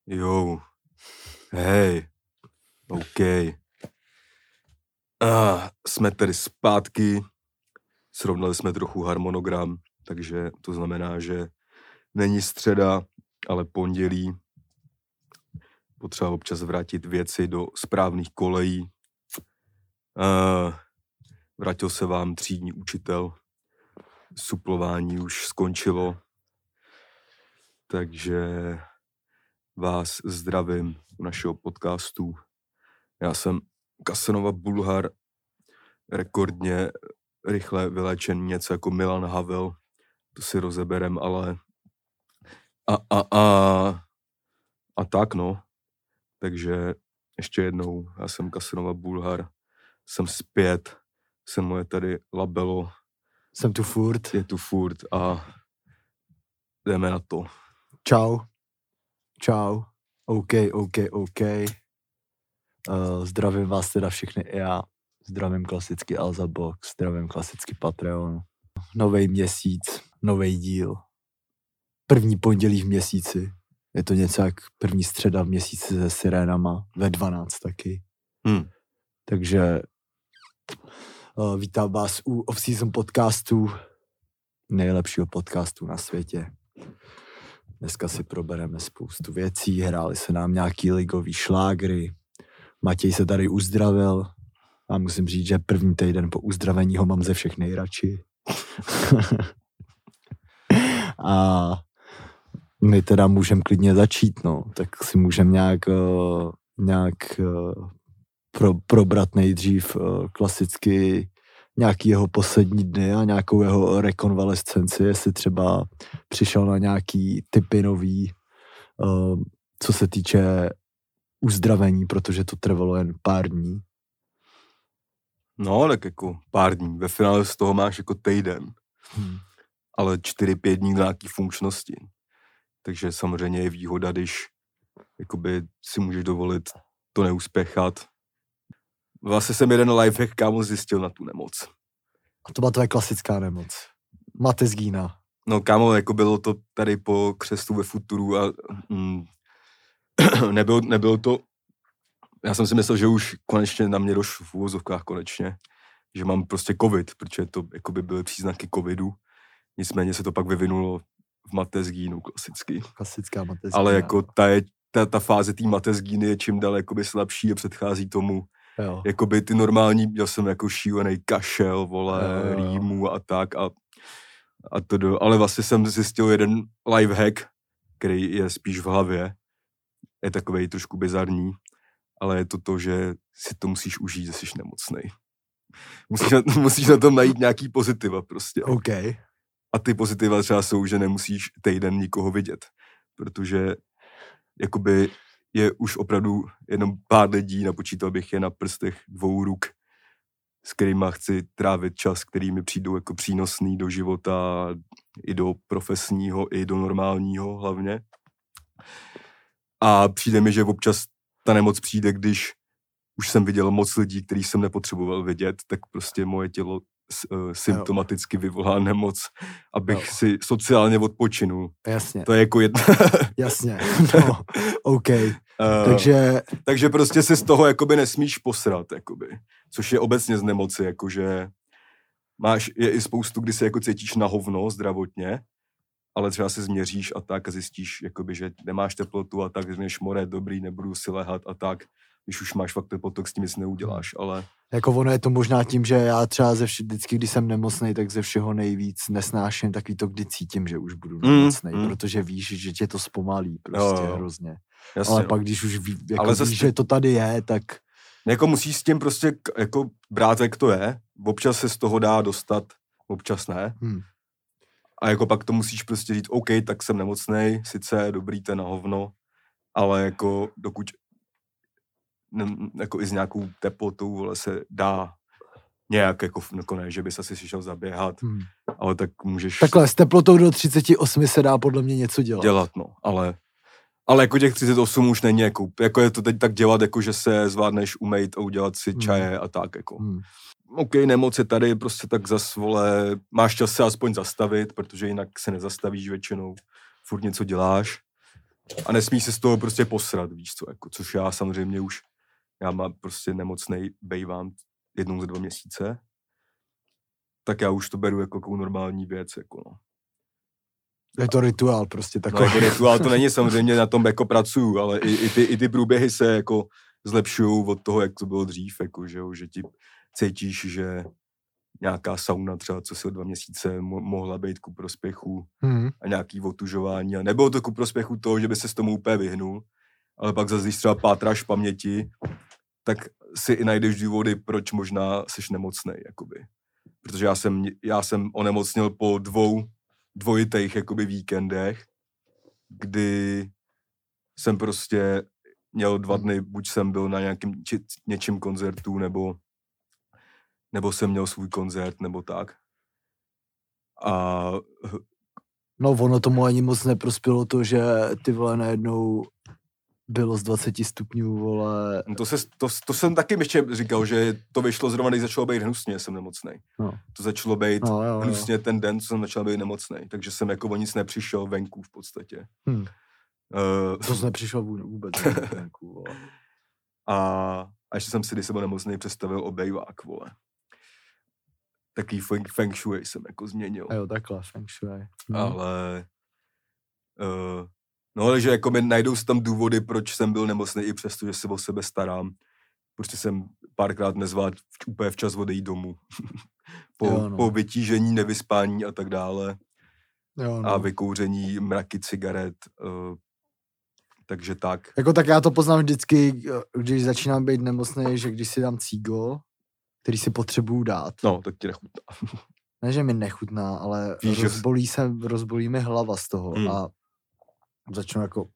Jo, hej, OK. Jsme tady zpátky, srovnali jsme trochu harmonogram, takže to znamená, že není středa, ale pondělí. Potřeba občas vrátit věci do správných kolejí. Vrátil se vám třídní učitel, suplování už skončilo, takže vás zdravím u našeho podcastu. Já jsem Casanova Bulhar, rekordně rychle vylečen, něco jako Milan Havel, to si rozeberem, ale a tak no. Takže ještě jednou, já jsem Casanova Bulhar, jsem zpět, jsem moje tady labelo. Jsem tu furt. Je tu furt a jdeme na to. Čau. OK. Zdravím vás teda všechny i já. Zdravím klasicky Alza Box, zdravím klasicky Patreon. Novej měsíc, novej díl. První pondělí v měsíci. Je to něco jak první středa v měsíci se sirénama, ve 12 taky. Takže vítám vás u off-season podcastu, nejlepšího podcastu na světě. Dneska si probereme spoustu věcí, hráli se nám nějaký ligový šlágry. Matěj se tady uzdravil a musím říct, že první týden po uzdravení ho mám ze všech nejradši. A my teda můžeme klidně začít, no. Tak si můžeme nějak probrat nejdřív klasicky nějaký jeho poslední dny a nějakou jeho rekonvalescenci, jestli třeba přišel na nějaký typy nový, co se týče uzdravení, protože to trvalo jen pár dní. No, tak jako pár dní. Ve finále z toho máš jako týden. Ale 4-5 dní nějaký funkčnosti. Takže samozřejmě je výhoda, když jakoby si můžeš dovolit to neuspěchat. Vlastně jsem jeden lifehack, kámo, zjistil na tu nemoc. A to byla tvoje klasická nemoc. Matezgína. No kámo, jako bylo to tady po křestu ve futuru a nebylo to. Já jsem si myslel, že už konečně na mě došlo v uvozovkách konečně, že mám prostě covid, protože to jakoby byly příznaky covidu. Nicméně se to pak vyvinulo v matezgínu klasicky. Klasická matezgína. Ale jako ta fáze té matezgíny je čím dál jakoby slabší a předchází tomu. Jo. Jakoby ty normální, měl jsem jako šílený kašel, vole, rýmu a tak a to. Ale vlastně jsem zjistil jeden lifehack, který je spíš v hlavě. Je takovej trošku bizarní, ale je to, že si to musíš užít, že jsi nemocnej. Musíš na tom najít nějaký pozitiva prostě. OK. A ty pozitiva třeba jsou, že nemusíš týden nikoho vidět, protože jakoby je už opravdu jenom pár lidí, napočítal bych je na prstech 2 ruk, s kterýma chci trávit čas, který mi přijdou jako přínosný do života, i do profesního, i do normálního hlavně. A přijde mi, že občas ta nemoc přijde, když už jsem viděl moc lidí, který jsem nepotřeboval vidět, tak prostě moje tělo symptomaticky vyvolá nemoc, abych si sociálně odpočinul. Jasně. To je jako jedna. Jasně, no, OK. Takže prostě se z toho jakoby nesmíš posrat, jakoby. Což je obecně z nemoci, jakože je i spoustu, kdy se jako cítíš na hovno zdravotně, ale třeba se změříš a tak a zjistíš, jakoby, že nemáš teplotu a tak, řekneš, more, dobrý, nebudu si lehat a tak. Když už máš fakt teplotu, tak s tím nic neuděláš, ale... Jako ono je to možná tím, že já třeba vždycky, když jsem nemocnej, tak ze všeho nejvíc nesnáším takový to, kdy cítím, že už budu nemocnej, protože víš, že tě to zpomalí prostě hrozně. Jasně, ale pak, když už víš, že to tady je, tak... Jako musíš s tím prostě jako brát, jak to je. Občas se z toho dá dostat, občas ne. A jako pak to musíš prostě říct, OK, tak jsem nemocnej, sice dobrý, to je na hovno, ale jako dokud jako i s nějakou teplotou, vole, se dá nějak jako ne, že bys asi šel zaběhat, ale tak můžeš... Takhle, s teplotou do 38 se dá podle mě něco dělat. Dělat, no, ale jako těch 38 už není jako je to teď tak dělat, jako že se zvládneš umejt a udělat si čaje a tak, jako. OK, nemoc je tady, prostě tak zas, vole, máš čas se aspoň zastavit, protože jinak se nezastavíš většinou, furt něco děláš. A nesmí se z toho prostě posrat, víš co, jako, což já samozřejmě už, já mám prostě nemocnej, bejvám 1 za 2 měsíce, tak já už to beru jako normální věc, jako no. Je to rituál prostě takový. No, jako rituál to není, samozřejmě na tom jako pracuju, ale i ty průběhy se jako zlepšují od toho, jak to bylo dřív, jako, že ti cítíš, že nějaká sauna třeba, co si o 2 měsíce mohla být ku prospěchu a nějaký otužování. A nebylo to ku prospěchu toho, že by se s tomu úplně vyhnul, ale pak zase, když třeba pátráš v paměti, tak si i najdeš důvody, proč možná seš nemocnej, jakoby. Protože já jsem onemocnil po 2 dvojitých jakoby víkendech, kdy jsem prostě měl 2 dny, buď jsem byl na nějakým něčím koncertu, nebo jsem měl svůj koncert, nebo tak. A... No ono tomu ani moc neprospělo to, že ty vole najednou bylo z 20 stupňů, vole. No to jsem taky ještě říkal, že to vyšlo zrovna, když začalo být hnusně, jsem nemocnej. No. To začalo být hnusně ten den, co jsem začal být nemocnej. Takže jsem jako o nic nepřišel venku v podstatě. To jsem nepřišel vůbec venku, vole. A ještě jsem si, když jsem byl nemocnej, představil obejvák, vole. Taký feng shui jsem jako změnil. A jo, takhle, feng shui. Ale... No ale že jako mi najdou se tam důvody, proč jsem byl nemocný i přesto, že se o sebe starám. Prostě jsem párkrát nezvládl úplně včas odejít domů. po vytížení, nevyspání a tak dále. Jo, no. A vykouření mraky cigaret. Takže tak. Jako tak já to poznám vždycky, když začínám být nemocný, že když si dám cígo, který si potřebuju dát. No, tak ti nechutná. Ne, že mi nechutná, ale rozbolí mi hlava z toho a začnu jako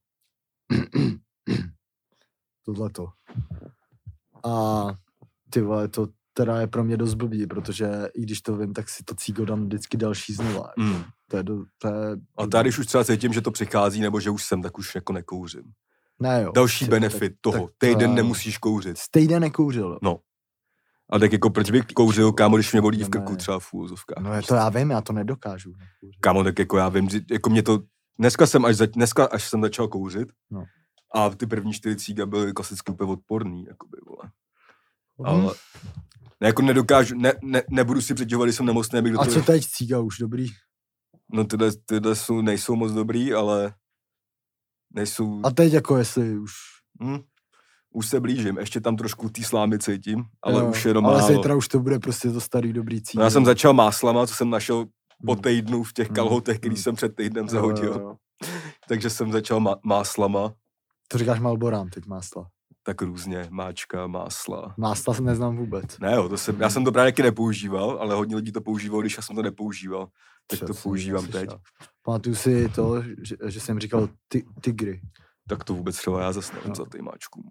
tohleto. A ty vole, to teda je pro mě dost blbý, protože i když to vím, tak si to cígo dám vždycky další znova. To je a tady, když už třeba cítím, že to přichází, nebo že už jsem, tak už jako nekouřím. Ne jo. Další benefit toho. Týden nemusíš kouřit. Týden nekouřil. No. A tak jako proč bych kouřil, kámo, když mě bolí v krku třeba v úvozovkách. No to já vím, já to nedokážu. Kámo, tak jako já vím, jako mě to, dneska až jsem začal kouřit a ty první 4 cíga byly klasicky úplně odporný, jakoby, vole. Ale jako nedokážu, nebudu si předělat, když jsem nemocný, abych do toho... A co teď cíga už dobrý? No tyhle nejsou moc dobrý, ale nejsou... A teď jako jestli už... Už se blížím, ještě tam trošku tý slámy cítím, ale už jenom ale málo. Ale zítra už to bude prostě to starý dobrý cíl. No já jsem začal máslama, co jsem našel po týdnu v těch kalhotech, který jsem před týdnem zahodil. Jo. Takže jsem začal máslama. To říkáš Marlborám teď másla. Tak různě, máčka, másla. Másla jsem neznám vůbec. Ne jo, já jsem to právě taky nepoužíval, ale hodně lidí to používalo, když já jsem to nepoužíval. Tak to používám teď. Pamatuju si to, že jsem říkal tygry. Tak to vůbec třeba já zase nevím za ty máčku.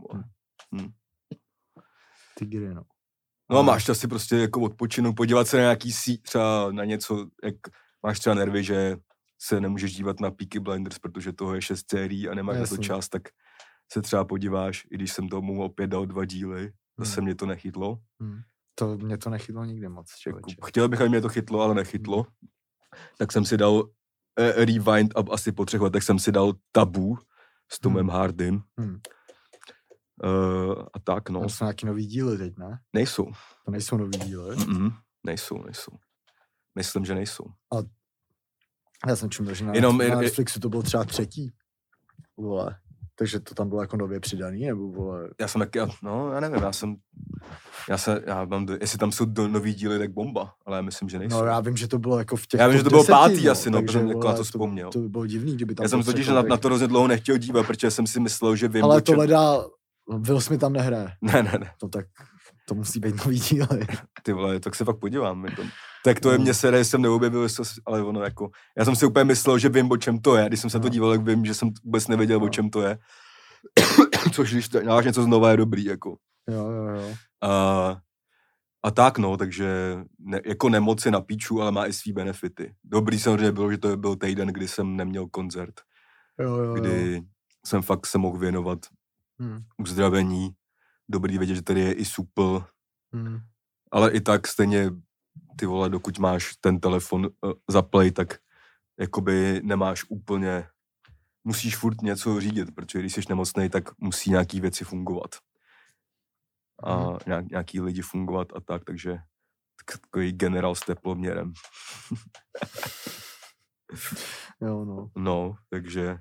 Tygry, no. No a máš čas si prostě jako odpočinout, podívat se na nějaký třeba na něco, jak máš třeba nervy, že se nemůžeš dívat na Peaky Blinders, protože toho je 6 sérií a nemáš na to čas, tak se třeba podíváš, i když jsem tomu opět dal 2 díly, zase mě to nechytlo. To mě to nechytlo nikdy moc, člověče. Chtěl bych, aby mě to chytlo, ale nechytlo. Tak jsem si dal rewind a asi po 3 letech jsem si dal Tabu s Tomem Hardym. A tak, no. To jsou nějaký nový díly teď, ne? Nejsou. To nejsou nový díly? Nejsou. Myslím, že nejsou. A já jsem čuměl, že na Netflixu to bylo třeba 3. Vole. Takže to tam bylo jako nově přidaný, nebo vole? Já nevím, já mám, jestli tam jsou nový díly, tak bomba, ale já myslím, že nejsou. No já vím, že to bylo jako v těch. Já vím, že to bylo 5. asi, no, protože jako na to vzpomněl. To by bylo divný, kdyby tam. Já jsem totiž na to hrozně dlouho nechtěl dívat, protože jsem si myslel, že vím. Ale to ledá, Will Smith tam nehraje. Ne. No tak to musí být nový díly. Ty vole, tak se fakt podívám. Tak to je mě série, jsem neobjevil, ale ono jako, já jsem si úplně myslel, že vím, o čem to je. Když jsem se to díval, tak vím, že jsem vůbec nevěděl, o čem to je. Což když dáš něco znova je dobrý, jako. Jo. A tak no, takže jako nemoc je na píču, ale má i svý benefity. Dobrý samozřejmě bylo, že to byl týden, kdy jsem neměl koncert. Kdy jsem fakt se mohl věnovat uzdravení. Dobrý vědět, že tady je i supl. Ale i tak stejně, ty vole, dokud máš ten telefon zaplay, tak jakoby nemáš úplně musíš furt něco řídit, protože když jsi nemocnej, tak musí nějaký věci fungovat. A nějaký lidi fungovat a tak, takže takový generál s teploměrem. Jo, no. No, takže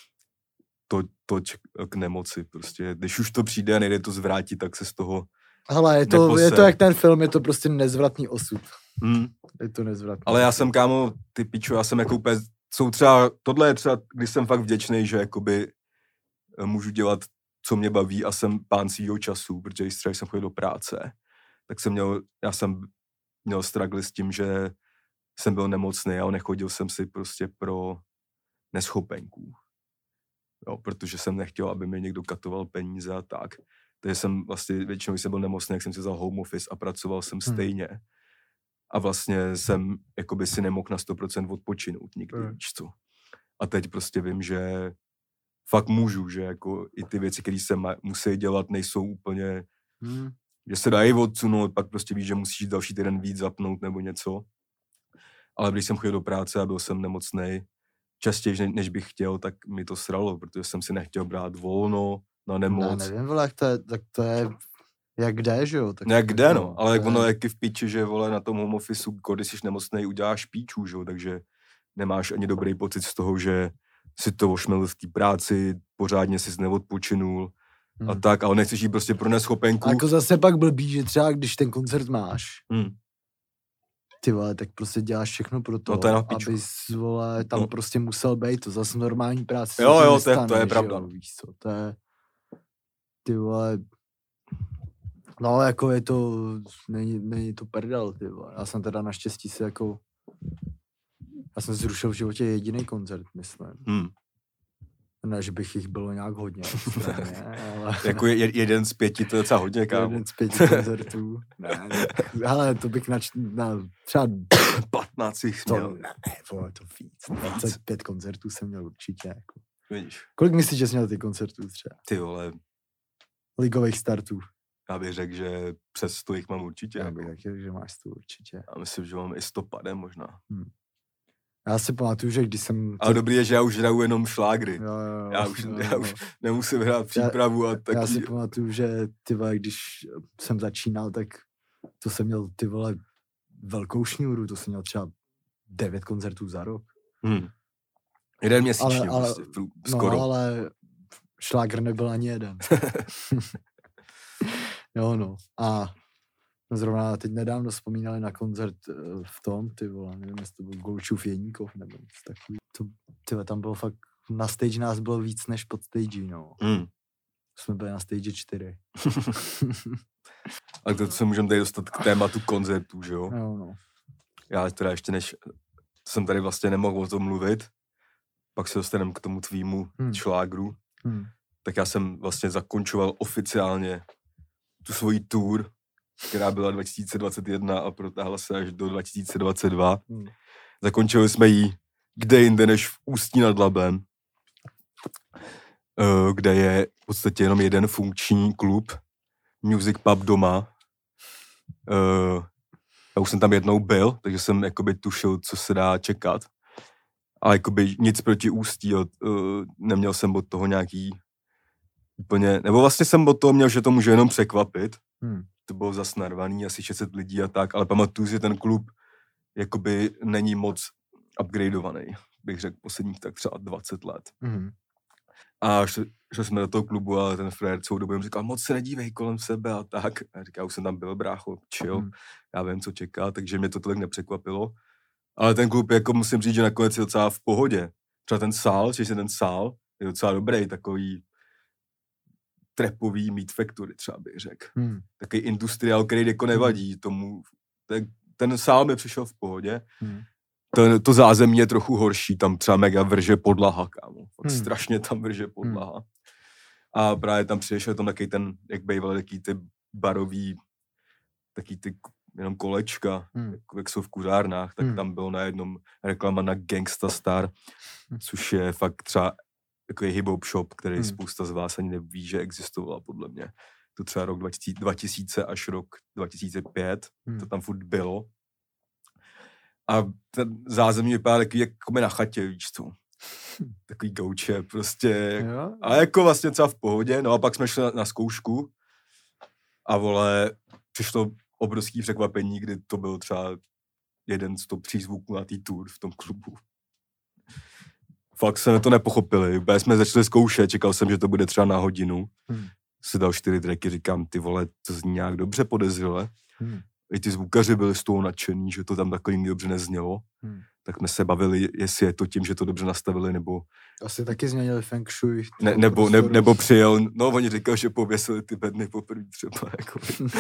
toť k nemoci prostě. Když už to přijde a nejde to zvrátit, tak se z toho hele, je to jak ten film, je to prostě nezvratný osud. Je to nezvratný. Ale já jsem, kámo, ty pičo, já jsem jako úplně, tohle je třeba, když jsem fakt vděčný, že jakoby můžu dělat, co mě baví a jsem pán svýho času, protože když třeba jsem chodil do práce, tak já jsem měl struggle s tím, že jsem byl nemocný a nechodil jsem si prostě pro neschopenku. Jo, protože jsem nechtěl, aby mi někdo katoval peníze a tak. Takže jsem vlastně většinou, když jsem byl nemocný, jak jsem si vzal home office a pracoval jsem stejně. A vlastně jsem jakoby si nemohl na 100% odpočinout nikdy, víš co. A teď prostě vím, že fakt můžu, že jako i ty věci, které se musí dělat, nejsou úplně, že se dají odsunout, pak prostě víš, že musíš další týden víc zapnout nebo něco. Ale když jsem chodil do práce a byl jsem nemocnej, častěji, než bych chtěl, tak mi to sralo, protože jsem si nechtěl brát volno na nemoc. Já nevím, vole, tak to je jak kde, že jo? Tak jak kde, no, ale jak ono je v piči, že vole na tom home officeu, když jsi nemocnej, uděláš píču, že jo, takže nemáš ani dobrý pocit z toho, že si to ošmel v té práci, pořádně si neodpočinul a tak, ale nechceš jít prostě pro neschopenku. A jako zase pak blbý, že třeba když ten koncert máš, ty vole, tak prostě děláš všechno pro to, abys, vole, tam prostě musel být, to zase normální práce. Jo, to je pravda. Jo, víš co, to je, ty vole, no, jako je to, není to prdel, ty vole. Já jsem teda naštěstí si jako, já jsem zrušil v životě jediný koncert, myslím. Ne, že bych jich bylo nějak hodně, ale... Jako jeden z 5, to je docela hodně, kámo. Jeden z 5 koncertů. Ne, ale to bych třeba 15 jich měl. Ne, vole, to víc. 25 koncertů jsem měl určitě, jako. Vidíš. Kolik myslíš, že jsi měl ty koncertů třeba? Ty vole. Ligových startů. Já bych řekl, že přes 100 jich mám určitě. Já bych řekl, že máš 100 určitě. Já myslím, že mám i 100 možná. Já si pamatuju, že když jsem... Ale dobrý je, že já už hraju jenom šlágry. Jo. Já už nemusím hrát přípravu a taky... Já si pamatuju, že ty vole, když jsem začínal, tak to jsem měl ty vole velkou šňůru, to jsem měl třeba 9 koncertů za rok. Jeden měsíčně prostě, skoro. No, ale šlágr nebyl ani jeden. Jo, no. A zrovna teď nedávno vzpomínali na koncert v tom, ty vole, nevím, jestli to byl Golčův Jeníkov, nebo něco takový. Tyhle, tam bylo fakt, na stage nás bylo víc než pod stage, no. Jsme byli na stage 4. Ale to se můžeme tady dostat k tématu koncertů, že jo? Jo, no. Já teda ještě jsem tady vlastně nemohl o tom mluvit, pak se dostaneme k tomu tvýmu šlágru. Tak já jsem vlastně zakončoval oficiálně tu svoji tour, která byla 2021 a protáhla se až do 2022. Zakončili jsme ji kde jinde než v Ústí nad Labem, kde je v podstatě jenom jeden funkční klub, Music Pub Doma. Já už jsem tam jednou byl, takže jsem jakoby tušil, co se dá čekat. A jakoby nic proti Ústí, neměl jsem od toho nějaký úplně, nebo vlastně jsem od toho měl, že to může jenom překvapit. To bylo zas narvaný, asi 600 lidí a tak, ale pamatuju si, ten klub jakoby není moc upgradeovaný, bych řekl posledních tak třeba 20 let. A šli jsme do toho klubu a ten frajer celou dobu jim říkal, moc se nedívej kolem sebe a tak. A já říkal, už jsem tam byl, brácho, chill, já vím, co čeká, takže mě to tolik nepřekvapilo. Ale ten klub, jako musím říct, že nakonec je docela v pohodě. Třeba ten sál, je docela dobrý, takový trapový Meat Factory, třeba bych řekl. Takový industriál, který jako nevadí tomu. Ten sál mi přišel v pohodě. To zázemí je trochu horší, tam třeba mega vrže podlaha, kámo. Strašně tam vrže podlaha. A právě tam přišel tam takový ten, jak býval, taký ty barový, taký ty jenom kolečka, jak jsou v kuřárnách, tak tam bylo na jednom reklama na Gangsta Star, což je fakt třeba takový hip-hop shop, který spousta z vás ani neví, že existovala podle mě. To třeba rok 2000 až rok 2005, to tam furt bylo. A ten zázemí vypadá takový jako na chatě, víš co. Takový gauče, prostě. Jo? A jako vlastně třeba v pohodě, no a pak jsme šli na zkoušku a vole, přišlo obrovský překvapení, kdy to byl třeba jeden z top přízvuků na té tour v tom klubu. Fakt jsme to nepochopili, úplně jsme začali zkoušet, čekal jsem, že to bude třeba na hodinu. Si dal 4 tracky, říkám, ty vole, to zní nějak dobře podezřele. I ty zvukaři byli z toho nadšený, že to tam takhle dobře neznělo. Tak jsme se bavili, jestli je to tím, že to dobře nastavili, nebo... Asi taky změnili feng shui. Nebo přijel, no oni říkali, že pověsili ty bedny poprvé třeba, jako.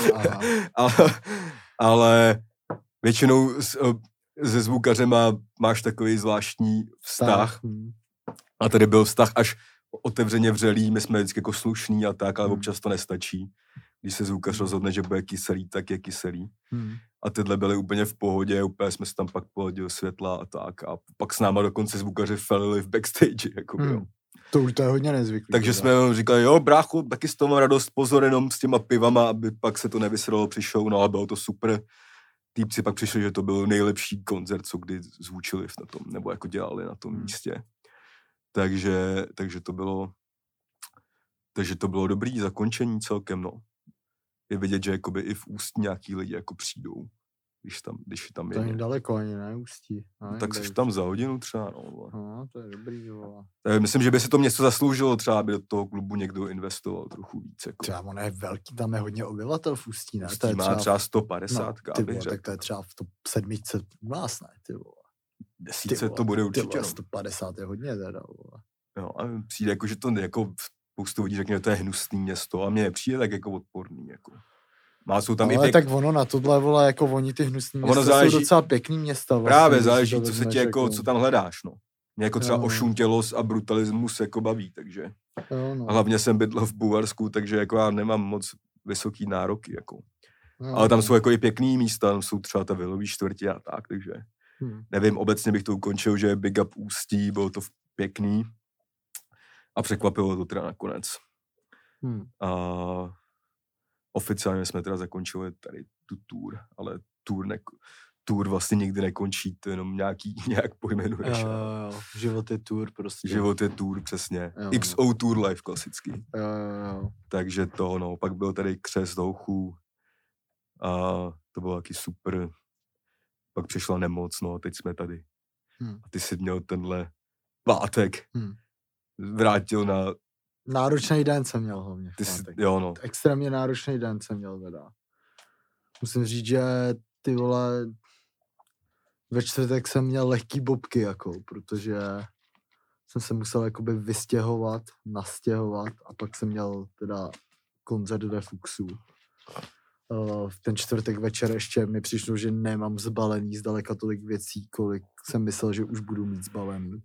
ale většinou se zvukařema máš takový zvláštní vztah. A tady byl vztah až otevřeně vřelý, my jsme vždycky jako slušný a tak, ale občas to nestačí. Když se zvukař rozhodne, že bude kyselý, tak je kyselý. A tyhle byly úplně v pohodě, úplně jsme se tam pak pohodili světla a tak. A pak s náma dokonce zvukaři felili v backstage, jako jo. To už to je hodně nezvyklý. Takže jsme říkali, jo, brácho, taky z toho mám radost, pozor jenom s těma pivama, aby pak se to nevysralo při show, no a bylo to super. Týpci pak přišli, že to byl nejlepší koncert, co kdy zvučili na tom, nebo jako dělali na tom místě. Takže to bylo dobrý zakončení celkem, no. Je vidět, že jakoby i v Ústí nějaký lidi jako přijdou, když tam je. To není daleko ani, ne, Ústí. No, tak jsi tam za hodinu třeba, no. No, to je dobrý, jo. Myslím, že by si to město zasloužilo, třeba aby do toho klubu někdo investoval trochu víc. Jako. Třeba ono je velký, tam je hodně obyvatel v Ústí, ne? Ústí má třeba 150, no, tak to je třeba v top 7 u nás, ne, ty vole. 10 to bude určitě. Ty vole, 150 je hodně teda, vole. Jo, a přijde jako, že to jako spoustu lidí řekne, že to je hnusný město a mně nepřijde tak jako odporný, jako. Jsou tam ale tak ono na tohle, vole, jako oni ty hnusný města záleží, jsou docela pěkný města. Vlastně, právě záleží, co se ti jako, co tam hledáš, no. Mě jako třeba ošuntělost a brutalismus jako baví, takže. Jo, no. Hlavně jsem bydlel v Bulharsku, takže jako já nemám moc vysoký nároky, jako. Ale tam jsou jako i pěkný místa, tam jsou třeba ta vilový čtvrtě a tak, takže. Nevím, obecně bych to ukončil, že Big Up Ústí, bylo to pěkný a překvapilo to teda nakonec. A oficiálně jsme teda zakončili tady tu tour, ale tour vlastně nikdy nekončí, to jenom nějak pojmenuješ. Život je tour prostě. Život je tour, přesně. XO Tour Live klasický. Takže to, no, pak byl tady křest douchů a to bylo taky super. Pak přišla nemoc, no a teď jsme tady. A ty jsi měl tenhle pátek. Vrátil na... Náročný den jsem měl hlavně. Jo, no. Extrémně náročný den jsem měl teda. Musím říct, že ty vole, ve čtvrtek jsem měl lehký bobky, jako, protože jsem se musel jakoby vystěhovat, nastěhovat a pak jsem měl teda koncert ve Fuxu. V ten čtvrtek večer ještě mi přišlo, že nemám zbalený zdaleka tolik věcí, kolik jsem myslel, že už budu mít zbalený.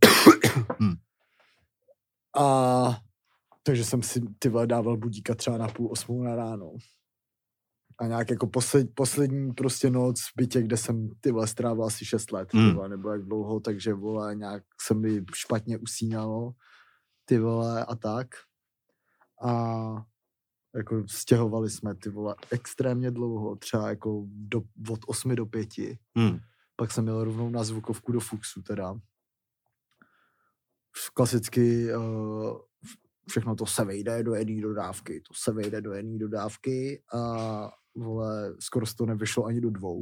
A takže jsem si dával budíka třeba na 7:30 na ráno. A nějak jako poslední prostě noc v bytě, kde jsem strávil asi 6 let, nebo jak dlouho, takže vole, nějak se mi špatně usínalo, a tak. A jako stěhovali jsme extrémně dlouho, třeba jako od 8 do 5. Pak jsem měl rovnou na zvukovku do Fuxu teda. Klasicky všechno to se vejde do jedné dodávky, a vole, skoro to nevyšlo ani do 2.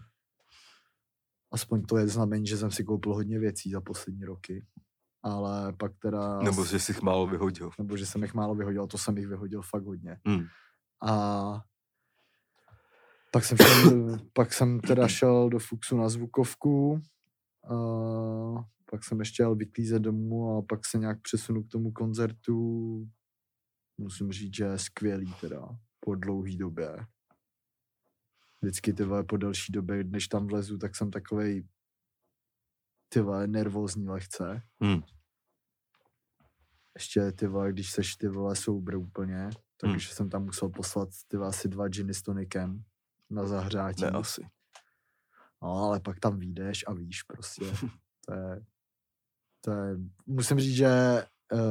Aspoň to je znamení, že jsem si koupil hodně věcí za poslední roky. Ale pak teda... Nebo že jsi jich málo vyhodil. Nebo že jsem jich málo vyhodil, to jsem jich vyhodil fakt hodně. A pak jsem teda šel do Fuxu na zvukovku, pak jsem ještě jel vyklízet domů a pak se nějak přesunu k tomu koncertu. Musím říct, že je skvělý teda, po dlouhý době. Vždycky po delší době, než tam vlezu, tak jsem takovej nervózní lehce. Ještě když seš soubr úplně, takže jsem tam musel poslat asi 2 džiny s tonikem na zahřátí. Ne, asi. No, ale pak tam vyjdeš a víš prostě. To je musím říct, že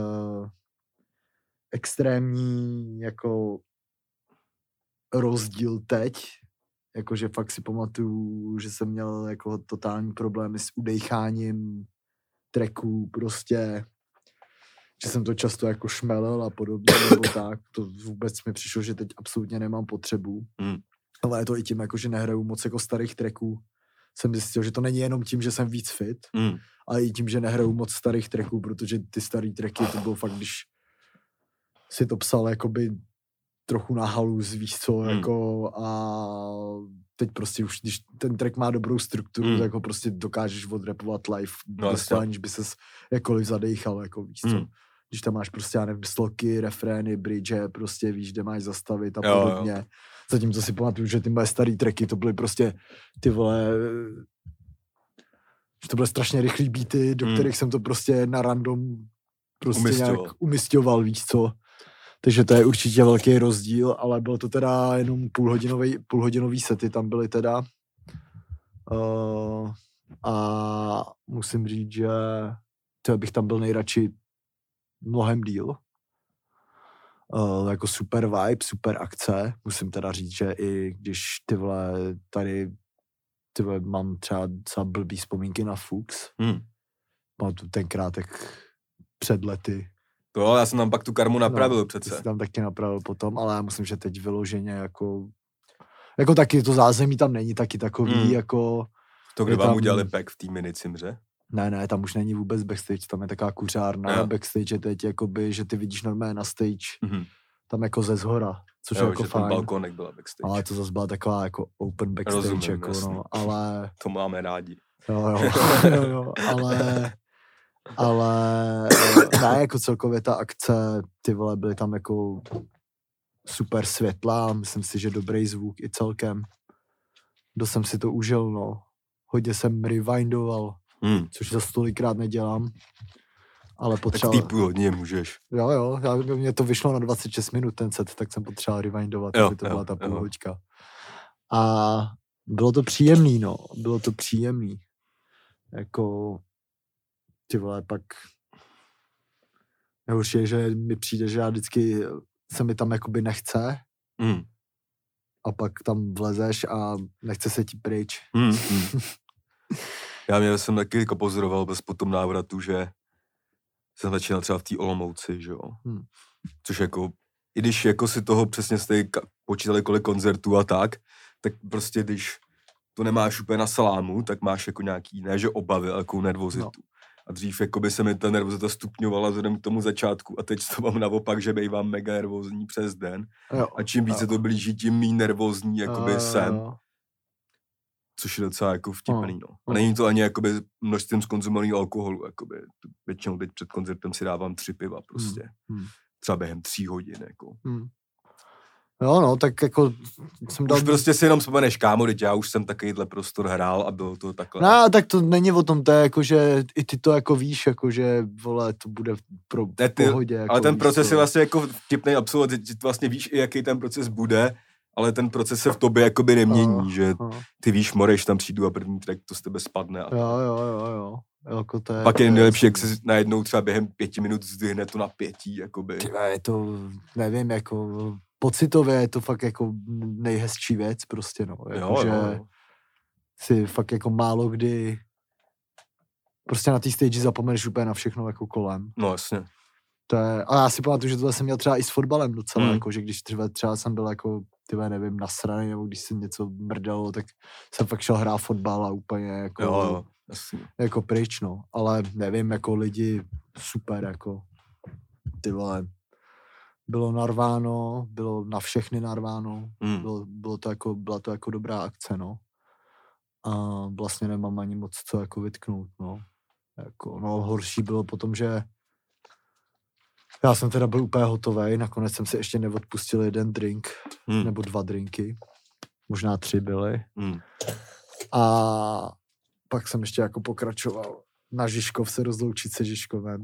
extrémní jako rozdíl teď, jakože fakt si pamatuju, že jsem měl jako totální problémy s udejcháním tracků prostě, že jsem to často jako šmelil a podobně, nebo tak, to vůbec mi přišlo, že teď absolutně nemám potřebu. Ale je to i tím, jako, že nehraju moc jako starých tracků. Jsem zjistil, že to není jenom tím, že jsem víc fit, ale i tím, že nehraju moc starých tracků, protože ty starý tracky, to bylo fakt, když si to psal jakoby trochu na haluz, víš co, jako a teď prostě už, když ten track má dobrou strukturu, tak ho prostě dokážeš odrapovat live, bez toho, aniž by ses jakkoliv zadejchal, jako víš co. Když tam máš prostě, já nevím, sloky, refrény, bridge, prostě víš, kde máš zastavit a podobně. Jo. Zatímco si pamatuju, že ty moje starý tracky, to byly prostě ty vole, že to byly strašně rychlý beaty, do kterých jsem to prostě na random prostě nějak umisťoval, víš co. Takže to je určitě velký rozdíl, ale byl to teda jenom půlhodinový sety tam byly teda. A musím říct, že to bych tam byl nejradši mnohem díl. Jako super vibe, super akce. Musím teda říct, že i když ty vole tady mám třeba blbý vzpomínky na Fuchs. Mám tu tenkrát tak před lety. To, já jsem tam pak tu karmu napravil přece. Jsi tam taky napravil potom, ale já myslím, že teď vyloženě jako taky to zázemí tam není taky takový, jako... To, kdy vám udělali pack v té minicimře? Ne, tam už není vůbec backstage, tam je taková kuřárna, backstage je teď jakoby, že ty vidíš normálně na stage, tam jako ze zhora, což je jako fajn. Balkónek byla backstage. Ale to zase byla taková jako open backstage, rozumím, jako jasný. No, ale... To máme rádi. Jo, ale ne, jako celkově ta akce, ty vole, byly tam jako super světla, myslím si, že dobrý zvuk i celkem. Dost jsem si to užil, no. Hodně jsem rewindoval, což zase tolikrát nedělám. Ale potřeba... Tak v té půlhodině můžeš. Jo, mě to vyšlo na 26 minut ten set, tak jsem potřeboval rewindovat, aby to byla ta půlhoďka. A bylo to příjemný, no. Bylo to příjemný. Jako... Ty vole, pak nejhorší je, že mi přijde, že já vždycky se mi tam jakoby nechce a pak tam vlezeš a nechce se ti pryč. Já jsem taky jako pozoroval bez po tom návratu, že jsem začínal třeba v té Olomouci, že jo. Což jako, i když jako si toho přesně jste počítali kolik koncertů a tak prostě když to nemáš úplně na salámu, tak máš jako nějaký, ne že obavy, ale jako nervozitu. No. A dřív jakoby se mi ta nervozita stupňovala vzhledem k tomu začátku a teď to mám naopak, že bývám mega nervózní přes den. A čím více to blíží, tím méně nervózní jakoby jsem. Což je docela jako vtipný, no. A není to ani jakoby množstvím zkonzumovaného alkoholu, jakoby. Většinou teď před koncertem si dávám 3 piva prostě. Třeba během 3 hodin, jako. Jo, no, tak jako jsem dal... Už prostě si jenom vzpomeneš, kámo, teď já už jsem takovýhle prostor hrál a bylo to takhle. No, tak to není o tom, to je jako, že i ty to jako víš, jako, že, vole, to bude pro pohodě. Jako, ale ten proces je vlastně jako vtipnej absolut, ty vlastně víš, i jaký ten proces bude, ale ten proces se v tobě jakoby nemění, že ty víš, moreš, tam přijdu a první track to z tebe spadne. A jo. Jako to je, pak je nejlepší, jak se najednou třeba během 5 minut zdvihne to napětí, jakoby. Je to, nevím, jako... Pocitově je to fakt jako nejhezčí věc prostě, no. Jako, že si fakt jako málo kdy prostě na té stage zapomeneš úplně na všechno jako kolem. No jasně. To je, a já si pamatuju, že tohle jsem měl třeba i s fotbalem docela, jako, že když třeba jsem byl jako, nevím, nasraný, nebo když se něco mrdalo, tak jsem fakt šel hrát fotbal a úplně jako, jako pryč, no. Ale nevím, jako lidi super, jako ty vole. Bylo narváno, bylo na všechny narváno, byla to jako dobrá akce, no. A vlastně nemám ani moc co jako vytknout, no. Jako, no horší bylo potom, že já jsem teda byl úplně hotovej, nakonec jsem si ještě neodpustil 1 drink, nebo 2 drinky, možná 3 byly. A pak jsem ještě jako pokračoval na Žižkov se rozloučit se Žižkovem.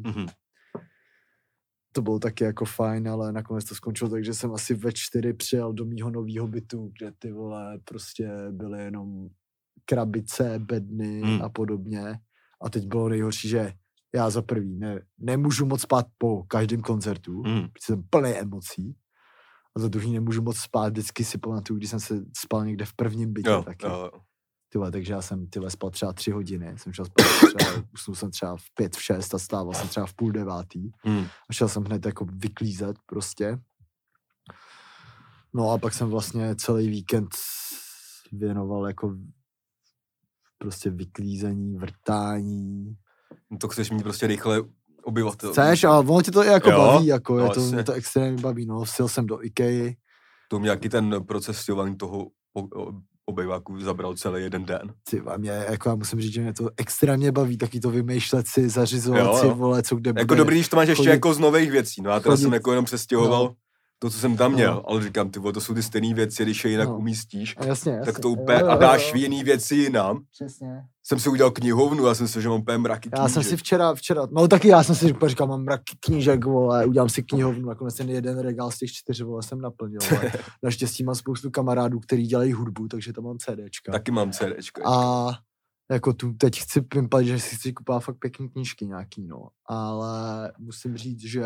To bylo taky jako fajn, ale nakonec to skončilo, takže jsem asi ve 4 přijel do mýho novýho bytu, kde ty vole prostě byly jenom krabice, bedny a podobně. A teď bylo nejhorší, že já za prvý nemůžu moc spát po každém koncertu, protože jsem plný emocí. A za druhý nemůžu moc spát, vždycky si pamatuju, když jsem se spal někde v prvním bytě taky. Tyhle, takže já jsem spal třeba 3 hodiny, jsem šel usnul jsem třeba v 5, v 6 a stával jsem třeba v 8:30. A šel jsem hned jako vyklízet prostě. No a pak jsem vlastně celý víkend věnoval jako prostě vyklízení, vrtání. No to chceš mít prostě rychle obyvatel. Chceš, ale ono tě to i jako baví, jako no, mě to extrémně baví, no. Vsil jsem do IKEA. To mě jaký ten proces stěhování toho obejváku zabral celý jeden den. Já musím říct, že mě to extrémně baví, taky to vymýšlet si, zařizovat si, vole, co kde bude. Jako dobrý, když to máš ještě chodit, jako z nových věcí, no já teda jsem jako jenom přestěhoval to, co jsem tam měl, No. ale říkám, ty vole, to jsou ty stejné věci, když je jinak umístíš, jasně, tak to úplně, a dáš jiný věci jinam. Přesně. Jsem si udělal knihovnu, já jsem si, že mám úplně mraky knížek. Já jsem si včera, no taky já jsem si říkal, mám mraky knížek, vole, udělám si knihovnu, nakonec ten jeden regál z těch 4, vole, jsem naplnil, vole. Naštěstí mám spoustu kamarádů, kteří dělají hudbu, takže tam mám CDčka. Taky mám CDčka. A jako tu teď chci pimpat, že si chci kupovat fakt pěkný knížky nějaký, no. Ale musím říct, že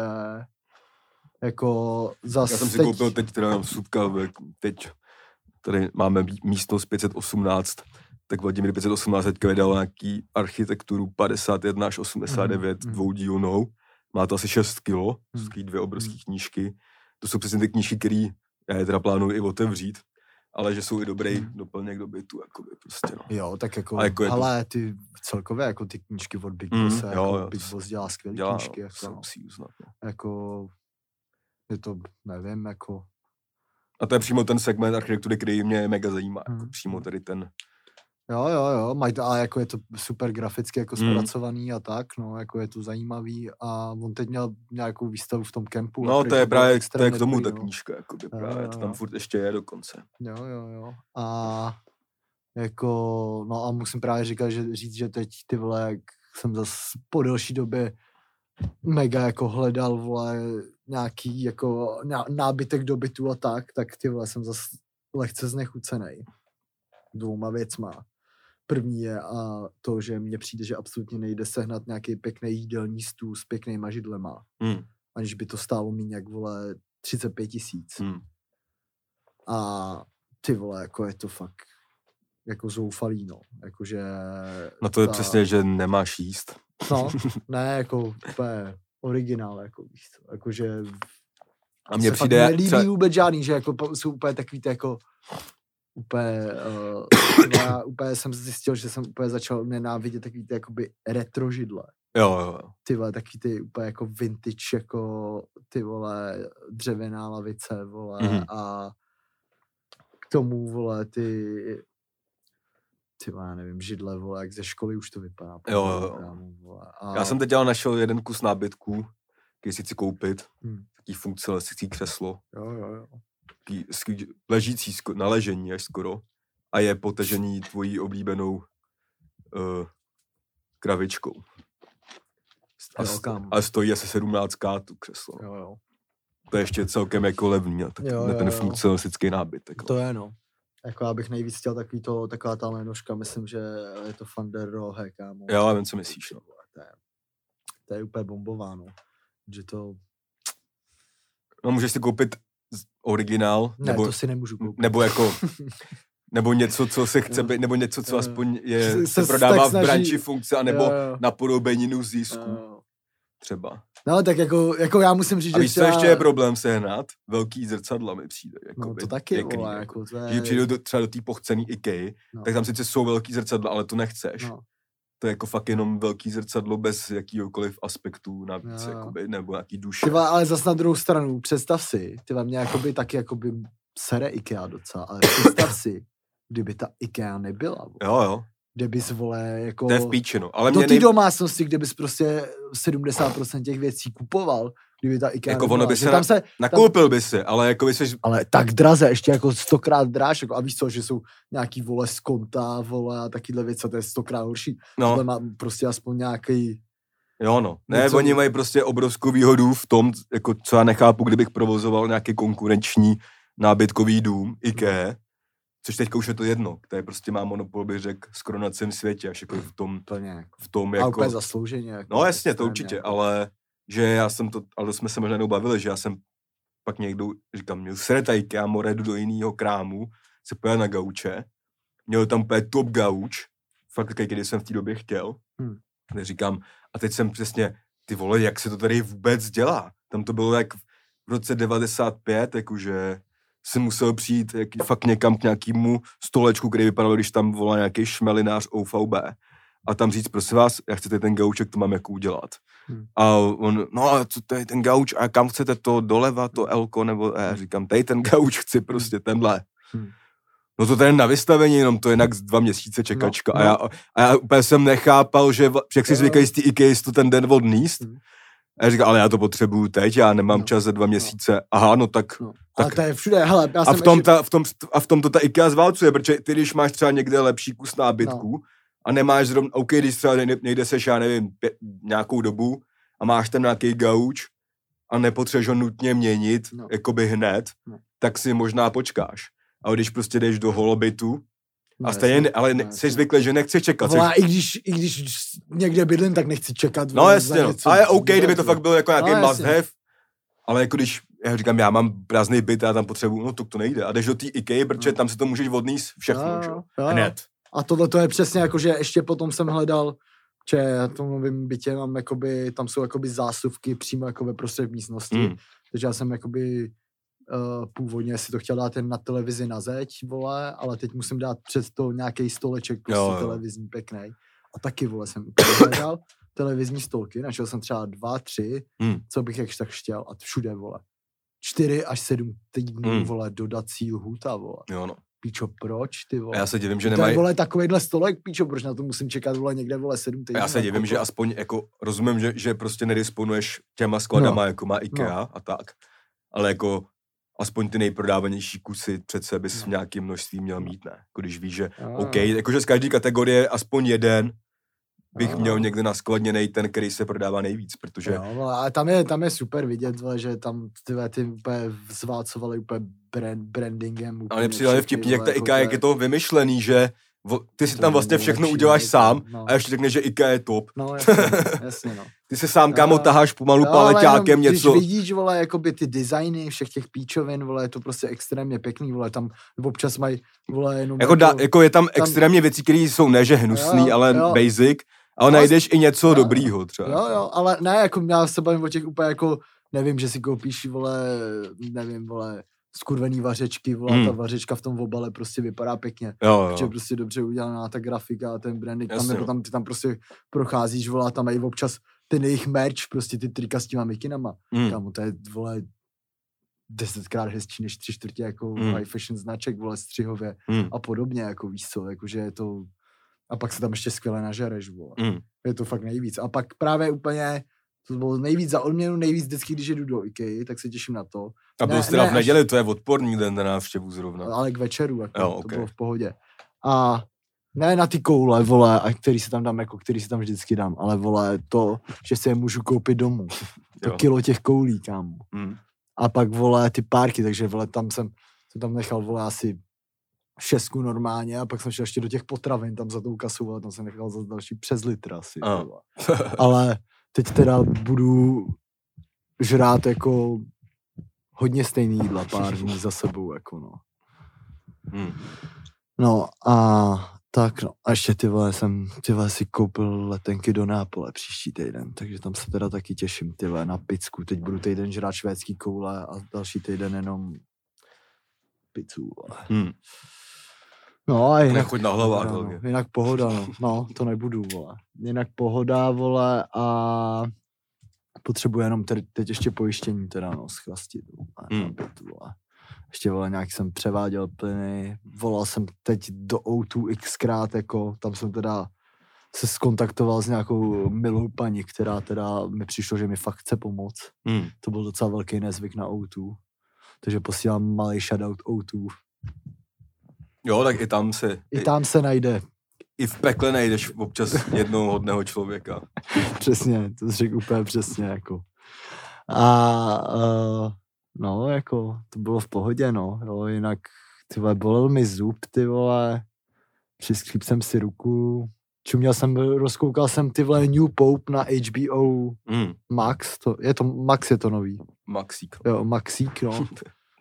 jako zase já jsem si koupil teď teda jenom subka, teď tady máme místnost 518, tak Vladimír 518 teďka vydal nějaký architekturu 51 až 89 dvoudílnou. Má to asi 6 kilo, jsou 2 obrovské knížky. To jsou přesně ty knížky, které já je teda plánuju i otevřít, ale že jsou i dobrý doplněk do bytu, jakoby prostě, no. Jo, tak jako hele, ty celkově jako ty knížky od Big Boss, jako Big Boss dělá skvělý knížky, jako, no. Musí uznat, no. Jako, je to, nevím, jako... A to je přímo ten segment architektury, který mě mega zajímá, jako přímo tady ten... Jo, mají to, ale jako je to super graficky jako zpracovaný a tak, no, jako je to zajímavý a on teď měl nějakou výstavu v tom kempu. No, to je právě, to je k tomu ta no. knížka, jakoby právě, to tam furt ještě je dokonce. Jo. A jako, no a musím právě říct, že teď ty vole, jak jsem zase po delší době mega jako hledal, vole, nějaký jako nábytek do bytu a tak ty vole jsem zase lehce znechucenej 2 věcma. První je a to, že mně přijde, že absolutně nejde sehnat nějaký pěkný jídelní stůl s pěknýma židlema. Aniž by to stálo míň jak, vole, 35 000. A ty vole, jako je to fakt jako zoufalý, no. Jakože... No to je přesně, že nemáš jíst. No, ne, jako úplně originál, jako víš co. Jakože... A mně přijde... Nelíbí vůbec žádný, že jako jsou úplně takový ty jako... Úplně jsem zjistil, že jsem úplně začal nenávidět takový ty jakoby retro židle. Jo. Ty vole, takový ty úplně jako vintage, jako ty vole dřevěná lavice, vole, a k tomu, vole, ty vole, já nevím, židle, vole, jak ze školy už to vypadá. Jo. Já jsem teď našel jeden kus nábytků, který si chci koupit, taký funkcionalistický křeslo. Jo. Ležící na ležení až skoro a je potažený tvojí oblíbenou kravičkou. A stojí asi 17K tu křeslo. Jo. To je ještě celkem jako levný, ten funkcionalistický nábytek. To je, no. Jako já bych nejvíc chtěl taková ta lénožka, myslím, že je to Van der Rohe, kámo. Jo, já vím, co myslíš, no. To je úplně bombováno. Že to... No, můžeš si koupit originál. Ne, to si nemůžu koupit. Nebo jako... Nebo něco, co se chce být, nebo něco, co aspoň se prodává v branži funkce, anebo napodobeninu zisku. Třeba. No, tak jako já musím říct, že... A víš, co ještě je problém sehnat? Velký zrcadla mi přijde. No, to taky, pěkný, vole, jako to je... Když přijdu třeba do té pochcený IKEA, tak tam sice jsou velký zrcadla, ale to nechceš. No. To je jako fakt jenom velký zrcadlo bez jakýhokoliv aspektů navíc, jakoby, nebo nějaký duše. Tyva, ale zas na druhou stranu, představ si, mě jakoby taky jakoby sere IKEA docela, ale představ si, kdyby ta IKEA nebyla. Jo. Kde bys, vole, jako... To je v píči, no. Ale do té domácnosti, kde bys prostě 70% těch věcí kupoval, kdyby ta IKEA jako nebyla. Ono by se nakoupil by si, ale jako by se... Ale tak draze, ještě jako 100krát dráž, jako, a víš co, že jsou nějaký, vole, z konta, vole, a takyhle věci, to je 100krát horší. No. Tohle má prostě aspoň nějaký... Jo, no. Ne, něco... Oni mají prostě obrovskou výhodu v tom, jako co já nechápu, kdybych provozoval nějaký konkurenční nábytkový dům, IKEA, což teďka už je to jedno, který prostě má monopol, bych řekl, skoro na celém světě, až jako v tom jako... A úplně zaslouženě. Jako no jasně, to určitě, jako... ale jsme se možná jednou bavili, že já jsem pak někdo, říkám, měl sretajky, já jdu do jiného krámu, se pojel na gauče, měl tam úplně top gauč, fakt takový, když jsem v té době chtěl. Neříkám, a teď jsem přesně, ty vole, jak se to tady vůbec dělá? Tam to bylo jak v roce 95, jakože jsem musel přijít fakt někam k nějakému stolečku, který vypadal, když tam volá nějaký šmelinář OVB. A tam říct, prosím vás, jak chcete ten gauček, to mám jako udělat. A on, no a co to je ten gauč, a kam chcete to doleva, to elko, nebo já říkám, tady ten gauč chci prostě tenhle. No to tady na vystavení, jenom to je jinak 2 měsíce čekačka. No. A já úplně jsem nechápal, že jak si zvykají z té IKEA to ten den odníst. A já říkám, ale já to potřebuju teď, já nemám čas za 2 měsíce. Aha, no tak... Ale to je všude, hele, já a v tom to ta IKEA zválcuje, protože ty, když máš třeba někde lepší kus nábytku a nemáš zrovna, OK, když třeba nejde seš, já nevím, nějakou dobu a máš tam nějaký gauč a nepotřebuješ ho nutně měnit, jakoby hned, tak si možná počkáš. Ale když prostě jdeš do holobytu, a stejně, ale jsi zvyklý, že nechceš čekat. Volá, i když někde bydlím, tak nechci čekat. No jasně, no. Ale OK, kdyby to fakt byl jako nějaký must have, ale jako když, já říkám, já mám prázdný byt a já tam potřebuju, no to nejde. A jdeš do té IKEA, protože tam si to můžeš odníst všechno, že? Hned. A tohle to je přesně jako, že ještě potom jsem hledal, že já v tom novém bytě mám jakoby, tam jsou jakoby zásuvky přímo jako ve prostřed místnosti, takže já jsem jakoby původně si to chtěl dát jen na televizi na zeď, vole, ale teď musím dát před to nějaký stoleček prostě televizní pěknej. A taky, vole, jsem hledal televizní stolky, našel jsem třeba 2, 3, co bych jakž tak chtěl a všude, vole. 4 až 7 týdnů, vole, dodací lhůta, vole. Jo, no. Píčo, proč, ty vole? A já se divím, že to nemají... je, vole, takovejhle stolek, píčo, proč na to musím čekat, vole, někde, vole, 7 týdnů. A já se divím, že aspoň, jako, rozumím, že prostě nedisponuješ těma skladama, jako má IKEA a tak, ale jako aspoň ty nejprodávanější kusy přece bys v nějakém množství měl mít, ne? Jako když víš, že OK, jakože z každé kategorie aspoň jeden bych měl někde naskladněnej ten, který se prodává nejvíc, protože... Jo, ale tam je super vidět, že tam ty úplně zválcovali úplně brandingem. Ale nepřijde vtipný, jak ta IKEA, jak je to vymyšlený, že ty si tam vlastně všechno uděláš sám a ještě řekneš, že IKEA je top. No, jasně, no. Ty se sám, kámo, taháš pomalu paleťákem něco. Když vidíš, vole, jakoby ty designy všech těch píčovin, vole, je to prostě extrémně pěkný, vole, tam občas mají, vole, jenom... Jako je tam extrémně věcí, které jsou ne, že hnusný, ale basic, ale najdeš i něco dobrýho třeba. Jo, ale ne, jako já se bavím o těch úplně jako, nevím, že si koupíš, vole, nevím, vole, skurvený vařečky, vole, ta vařečka v tom obale prostě vypadá pěkně. Protože je prostě dobře udělaná ta grafika a ten branding, ty tam prostě procházíš, vole, tam mají občas ten jejich merch, prostě ty trika s těma mikinama. Kámo, to je, vole, 10krát hezčí než 3/4 jako high fashion značek, vole, střihově a podobně, jako víš co, jakože je to, a pak se tam ještě skvěle nažereš, vole. Je to fakt nejvíc. A pak právě úplně, to bylo nejvíc za odměnu, nejvíc vždycky, když jdu do IKEA, tak se těším na to. A byl jsi teda v neděli, to je odporný den na návštěvu zrovna. Ale k večeru, jako, to bylo v pohodě. A ne na ty koule, vole, a který si tam dám, jako který si tam vždycky dám, ale vole, to, že si je můžu koupit domů. To kilo těch koulí, kámo. A pak, vole, ty párky, takže, vole, jsem tam nechal, vole, asi 6 normálně a pak jsem šel ještě do těch potravin tam za tou kasou, ale tam jsem nechal za další přes litr asi. Ale teď teda budu žrát jako hodně stejný jídla pár dní za sebou, jako no. No a tak no. A ještě ty vole si koupil letenky do Neapole příští týden, takže tam se teda taky těším, ty vole, na picku. Teď budu týden žrát švédský koule a další týden jenom pizzu, vole. No a jinak... Nechoď na hlavách, jinak pohoda, no. No, to nebudu, vole. Jinak pohoda, vole, a potřebuji jenom teď ještě pojištění teda, no, schlastit, vole. Ještě, vole, nějak jsem převáděl plyny, volal jsem teď do O2 xkrát, jako, tam jsem teda se skontaktoval s nějakou milou paní, která teda mi přišlo, že mi fakt chce pomoct. To byl docela velký nezvyk na O2. Takže posílám malý shoutout O2. Jo, tak i tam se najde. I v pekle najdeš občas jednoho hodného člověka. Přesně, to jsi řekl úplně přesně, jako. A no, jako, to bylo v pohodě, no, jo, jinak, ty vole, bolel mi zub, ty vole, přiskříp jsem si ruku, rozkoukal jsem, ty vole, New Pope na HBO Max, Max je to nový. Maxík. Jo, Maxík, no.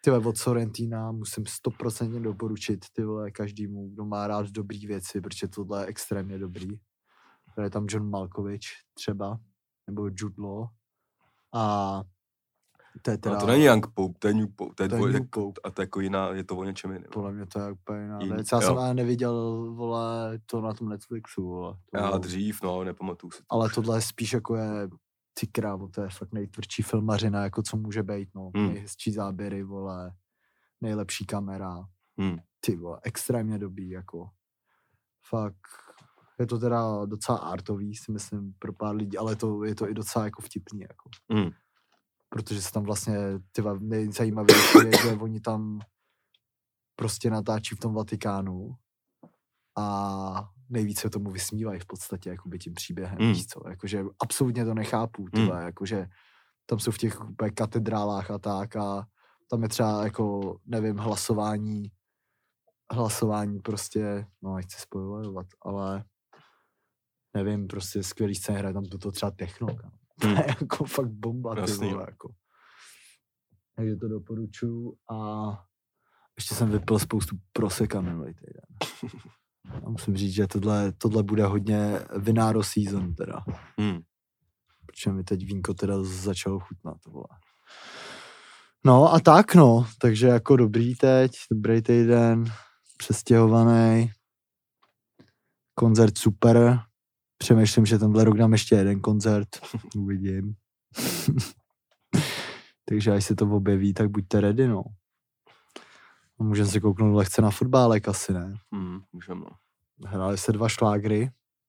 Tyhle od Sorrentina musím 100% doporučit, tyhle každému, kdo má rád dobrý věci, protože tohle je extrémně dobrý. Je tam John Malkovich třeba, nebo Jude Law. A to je teda... No to není Young Pope, to je New Pope. To je New Pope. A to je jako jiná, je to o něčem jiném. Podle mě to je úplně jiná věc. Já jsem ale neviděl, vole, to na tom Netflixu, vole. Já dřív, no, nepamatuju si to. Ale tohle je spíš jako je, ty krávo, to je fakt nejtvrdší filmařina, jako co může být, no. Nejhezčí záběry, vole, nejlepší kamera. Ty vole, extrémně dobrý, jako. Fakt, je to teda docela artový, si myslím, pro pár lidí, ale je to i docela jako vtipný, jako. Protože se tam vlastně, tyva, nejzajímavější je, že oni tam prostě natáčí v tom Vatikánu a nejvíc se tomu vysmívají v podstatě, jakoby tím příběhem, víš co, jakože absolutně to nechápu, tyva, jakože tam jsou v těch úplně katedrálách a tak a tam je třeba jako, nevím, hlasování prostě, no nechci spojovat, ale nevím, prostě skvělý scény, hraje tam toto třeba techno, to je jako fakt bomba, ty vole, jako. Takže to doporučuji a ještě jsem vypil spoustu proseka minulý týden. A musím říct, že tohle bude hodně vináro season teda. Protože mi teď vínko teda začalo chutnat, vole. No a tak no, takže jako dobrý týden, přestěhovaný, koncert super, přemýšlím, že tenhle rok dám ještě jeden koncert, uvidím. Takže až se to objeví, tak buďte ready, no. A můžeme se kouknout lehce na fotbálek asi, ne? Můžeme, no. Hráli se 2 šlágry.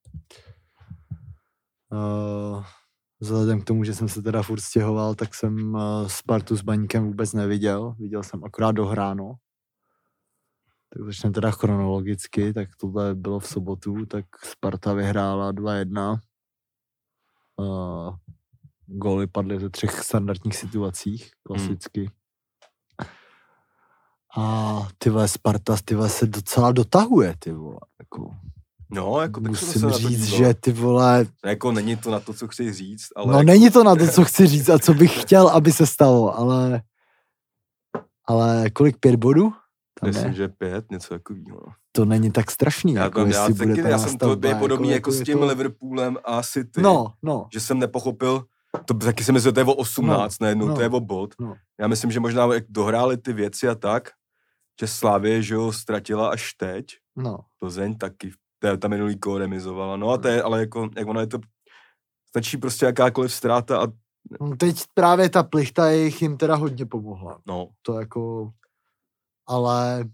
Vzhledem k tomu, že jsem se teda furt stěhoval, tak jsem Spartu s Baníkem vůbec neviděl. Viděl jsem akorát dohráno. Tak začneme teda chronologicky, tak tohle bylo v sobotu, tak Sparta vyhrála 2-1. Góly padly ze 3 standardních situacích, klasicky. A Sparta se docela dotahuje, ty vole. Jako. No, jako tak musím říct, že ty vole... Jako není to na to, co chci říct, ale... No jako... není to na to, co chci říct a co bych chtěl, aby se stalo, ale kolik 5 bodů? Myslím, že 5, něco takového. No. To není tak strašný. Já jsem to podobný jako s tím Liverpoolem a City. No. Že jsem nepochopil, to taky si myslím, že to je o 18 najednou, to je o bod. No. Já myslím, že možná jak dohráli ty věci a tak, že Slavie, že jo, ztratila až teď. No. Plzeň taky, ta minulý kolo remizovala. No a to je, ale jako, jak ono je to, stačí prostě jakákoliv ztráta a... Teď právě ta plichta jim teda hodně pomohla. No. To jako, ale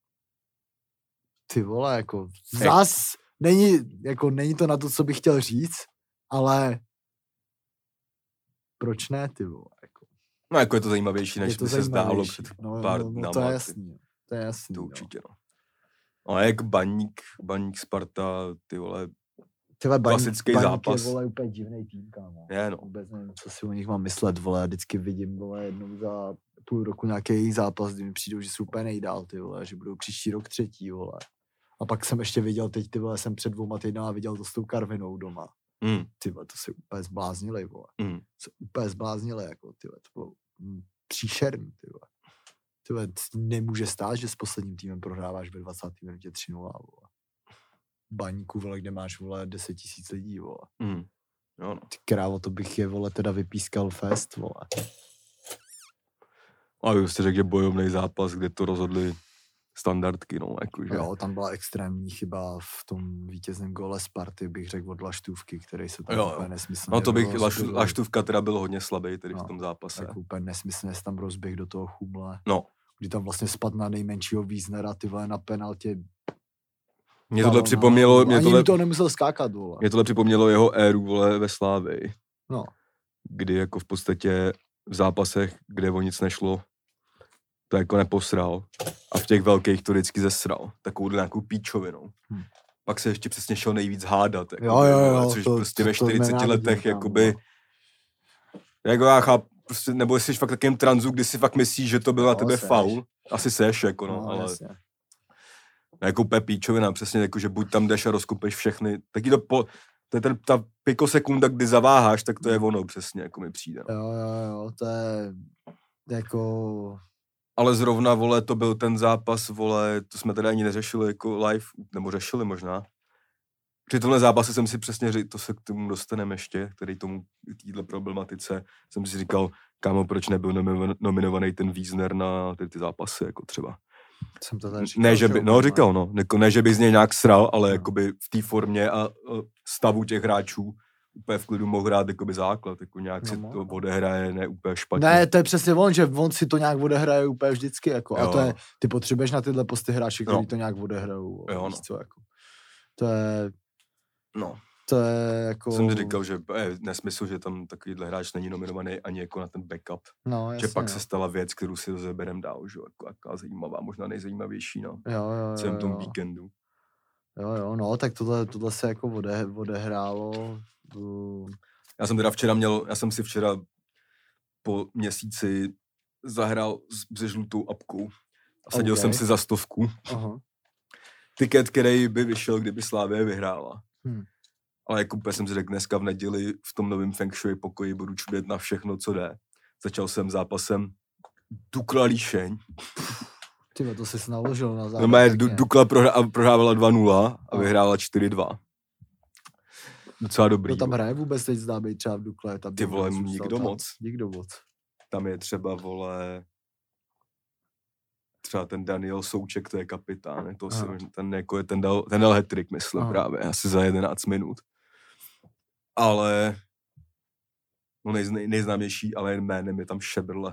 ty vole, jako zas není to na to, co bych chtěl říct, ale proč ne, ty vole, jako. No jako je to zajímavější, než by se zdálo před pár dnama. To je jasný. To určitě, no. No jak Baník Sparta, ty vole, klasický zápas. Je, vole, úplně divnej tým, kámo. Je, no. Vůbec nevím, co si o nich mám myslet, vole, já vždycky vidím, vole, jednou za půl roku nějaký jejich zápas, kdy mi přijdou, že jsou úplně nejdál, ty vole, že budou příští rok 3, vole. A pak jsem ještě viděl, teď, ty vole, jsem před 2 týdny viděl to s tou Karvinou doma. Ty vole, to se úplně zbláznili, vole. Se úplně zbláznili, jako, ty vole, to bylo příšerný, ty vole. Ty vole, nemůže stát, že s posledním týmem prohráváš ve 20. minutě 3-0, vole. Baníku, vole, kde máš, vole, 10 000 lidí, vole. Jo, no. Ty krávo, to bych je, vole, teda vypískal fest, vole. A už jste řekl, že bojovný zápas, kde to rozhodli standardky, no, jakože. Jo, tam byla extrémní chyba v tom vítězném góle Sparty, bych řekl od Laštůvky, který se tam úplně nesmyslně... No to bych, Laštůvka teda byl hodně slabý tady v tom zápase. Tak úplně nesmyslně se tam rozběh do toho chumle. No. Kdy tam vlastně spadl na nejmenšího Wiesnera, ty vole, na penaltě. Mě tohle připomnělo... Ani to nemusel skákat, vole. Mě tohle připomnělo jeho éru, vole, ve Slávii. No. Kdy jako v podstatě v zápasech, kde o nic nešlo, to jako neposral. A v těch velkých to vždycky zesral. Takovou nějakou píčovinou. Pak se ještě přesně šel nejvíc hádat. Jako, jo. Což prostě ve 40 letech, jakoby... Jako já chápu, prostě, nebo jsi fakt takovým tranzu, kdy si fakt myslíš, že to byl na tebe faul. Asi seš, jako no, ale... Jasně. Jako úplně píčovina, přesně, jako, že buď tam jdeš a rozkupeš všechny. Taky to je ta pikosekunda, kdy zaváháš, tak to je ono přesně, jako mi přijde. No. Jo, to je jako... Ale zrovna, vole, to byl ten zápas, vole, to jsme teda ani neřešili jako live, nebo řešili možná. Při tomhle zápase jsem si přesně řekl, to se k tomu dostaneme ještě, který tomu téhle problematice, jsem si říkal, kámo, proč nebyl nominovaný ten Wiesner na ty zápasy, jako třeba. Jsem to tady říkal. Ne, že by, no říkal, no, ne, že by z něj nějak sral, ale jakoby v té formě a stavu těch hráčů úplně v klidu mohl hrát jakoby základ, jako nějak si to odehraje, ne úplně špatně. Ne, to je přesně on, že on si to nějak odehraje úplně vždycky, jako, a to je, ty potřebuješ na tyhle posty hráči, kteří to nějak odehrajou. Jo, co, jako. To je... No. To je jako... Jsem říkal, že je nesmysl, že tam takovýhle hráč není nominovaný ani jako na ten backup. No, jasně, že pak se stala věc, kterou si rozeberem dál, že jako jaká zajímavá, možná nejzajímavější, no. Jo. Celém tom víkendu. Jo, no, tak tohle se jako odehrálo. Já jsem si včera po měsíci zahrál se žlutou apkou. A sadil jsem si za 100. Aha. Tiket, který by vyšel, kdyby Slavia vyhrála. Ale jako úplně jsem si řekl, dneska v neděli v tom novém Feng Shui pokoji budu čumět na všechno, co jde. Začal jsem zápasem Dukla Líšeň. Tyhle, to jsi naložil na západ. No, Dukla prohrávala 2-0 a vyhrála 4-2. Docela dobrý. To tam hraje vůbec teď zdá být třeba v Dukle. Ty vole, nikdo moc. Tam je třeba, vole, třeba ten Daniel Souček, to je kapitán. To si, ten dal hat-trick, myslím, právě, asi za 11 minut. Ale no nejznámější, ale jen jménem je tam Šebrle.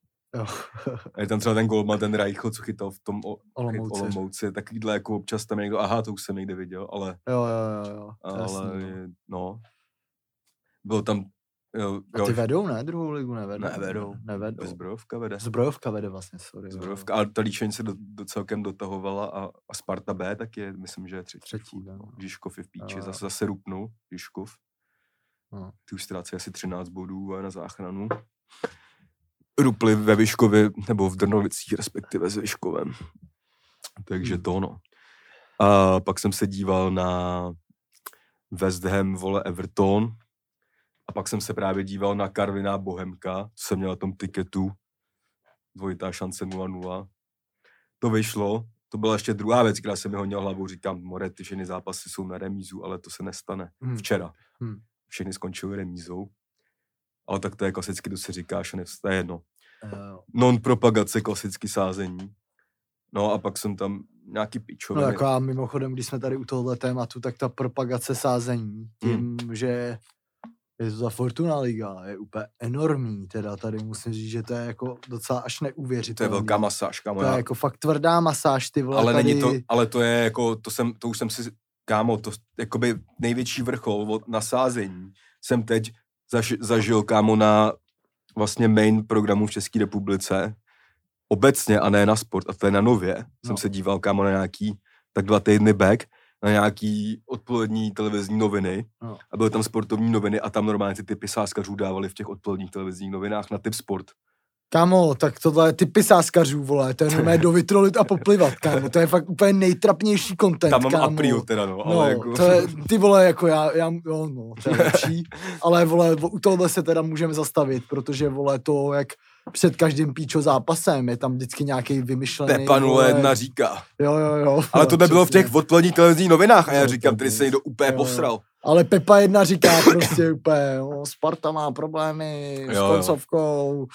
A je tam třeba ten golman, ten Reichl, co chytal v tom Olomouci. Takovýhle jako občas tam někdo, to už jsem někde viděl, ale... Jo. Ale, no. Bylo tam... Jo, a ty vedou, ne? Druhou ligu nevedou. Nevedou. Zbrojovka vede. Zbrojovka vede vlastně, sorry. Zbrojovka, ale ta Líšeň se celkem dotahovala a Sparta B tak je, myslím, že je třetí. Žižkov je v píči, zase rupnul Žižkov. Ty už ztrácí asi 13 bodů a na záchranu. Rupli ve Vyškově, nebo v Drnovicích, respektive s Vyškovem. Takže to ono. A pak jsem se díval na West Ham, vole, Everton. A pak jsem se právě díval na Karviná Bohemka, co jsem měl na tom tiketu. Dvojitá šance 0-0. To vyšlo. To byla ještě druhá věc, která se mi honila hlavou. Říkám, more, ty všechny zápasy jsou na remízu, ale to se nestane. Včera. Všechny skončily remízou. Ale tak to je klasicky, to se říká, že to je jedno. Non-propagace, klasický sázení. No a pak jsem tam nějaký pičoviny. No jako a mimochodem, když jsme tady u tohohle tématu, tak ta propagace sázení, tím, že je to ta Fortuna Liga, je úplně enormní, teda tady musím říct, že to je jako docela až neuvěřitelné. To je velká masáž, kámo. To je jako fakt tvrdá masáž, ty vole. Ale tady... není to, ale to je jako, to už jsem si, kámo, to jakoby největší vrchol na sázení jsem teď zažil, kámo, na vlastně main programu v České republice, obecně a ne na sport, a to je na Nově. Jsem se díval, kámo, na nějaký, tak 2 týdny back, na nějaký odpolední televizní noviny a byly tam sportovní noviny a tam normálně ty typy sáskařů dávali v těch odpoledních televizních novinách na typ sport. Kámo, tak tohle je typy sáskařů, vole, to je normálně dovytrolit a poplivat, kámo, to je fakt úplně nejtrapnější content, tam mám kámo. April teda, no, ale jako... to je, ty vole, jako to je lepší, ale vole, u tohle se teda můžeme zastavit, protože, vole, to, jak před každým píčo zápasem je tam vždycky nějaký vymyšlený... Pepa 01 říká. Jo. Ale to nebylo v těch odpoledních televizních novinách a já říkám, tady se někdo úplně posral. Ale Pepa 1 říká prostě úplně, Sparta má problémy s koncovkou,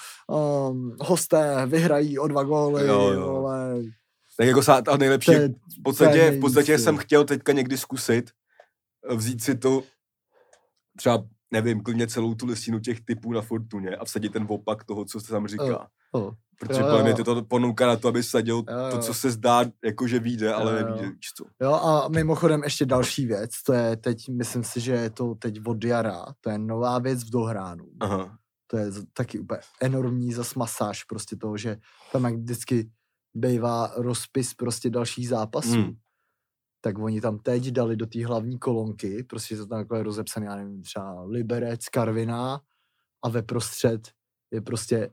hosté vyhrají o 2 góly, vole. Tak jako a nejlepší, v podstatě jsem chtěl teďka někdy zkusit vzít si to třeba, nevím, klidně celou tu listinu těch typů na Fortuně a vsadit ten opak toho, co se tam říká. Protože podle mě to ponouká na to, aby sadil to, co se zdá, jako že vyjde, ale nevíde, víš co. Jo, a mimochodem ještě další věc, to je teď, myslím si, že je to teď od jara, to je nová věc v Dohránu. Aha. To je taky úplně enormní zas masáž prostě toho, že tam jak vždycky bývá rozpis prostě dalších zápasů. Tak oni tam teď dali do té hlavní kolonky, prostě to tam takové rozepsané, já nevím, třeba Liberec, Karviná a ve prostřed je prostě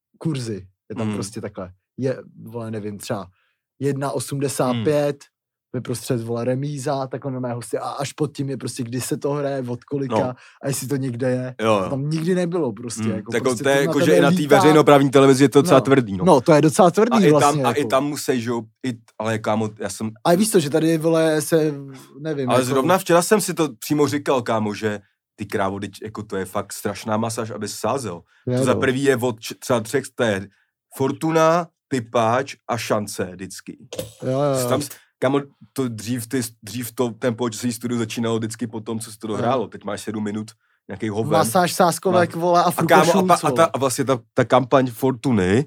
kurzy. Je tam prostě takhle, vole, nevím, třeba 1,85, vyprostřed, vole, remíza, takhle normálně hosty a až pod tím je prostě, kdy se to hraje, od kolika a jestli to někde je. Jo. Tam nikdy nebylo prostě. Jako, tak prostě to je jako, že i na té veřejnoprávní televizi je to docela tvrdý. No, to je docela tvrdý vlastně. A i tam musí, že ale kámo, já jsem... Ale víš to, že tady, vole, se, nevím. Ale jako... zrovna včera jsem si to přímo říkal, kámo, že ty krávo, jako to je fakt strašná masáž, aby sázel. To za prvý je od třeba 3, to je Fortuna, Typáč a Šance vždycky. Jo. Tam, kámo, to dřív ten počasí studiu začínalo vždycky po tom, co se to dohrálo. Teď máš 7 minut nějaký hoven. Masáž, sáskovek, vole, a frukošulc, a vlastně ta kampaň Fortuny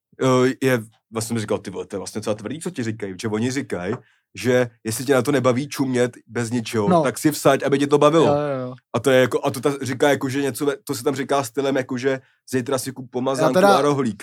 je, vlastně mi říkal, ty vole, to je vlastně docela tvrdý, co ti říkají, protože oni říkají, že jestli tě na to nebaví čumět bez ničeho, tak si vsaď, aby tě to bavilo. Jo. A to je jako, a to říká jako, že něco, to se tam říká stylem, jako, že zítra si kup pomazánku a rohlík.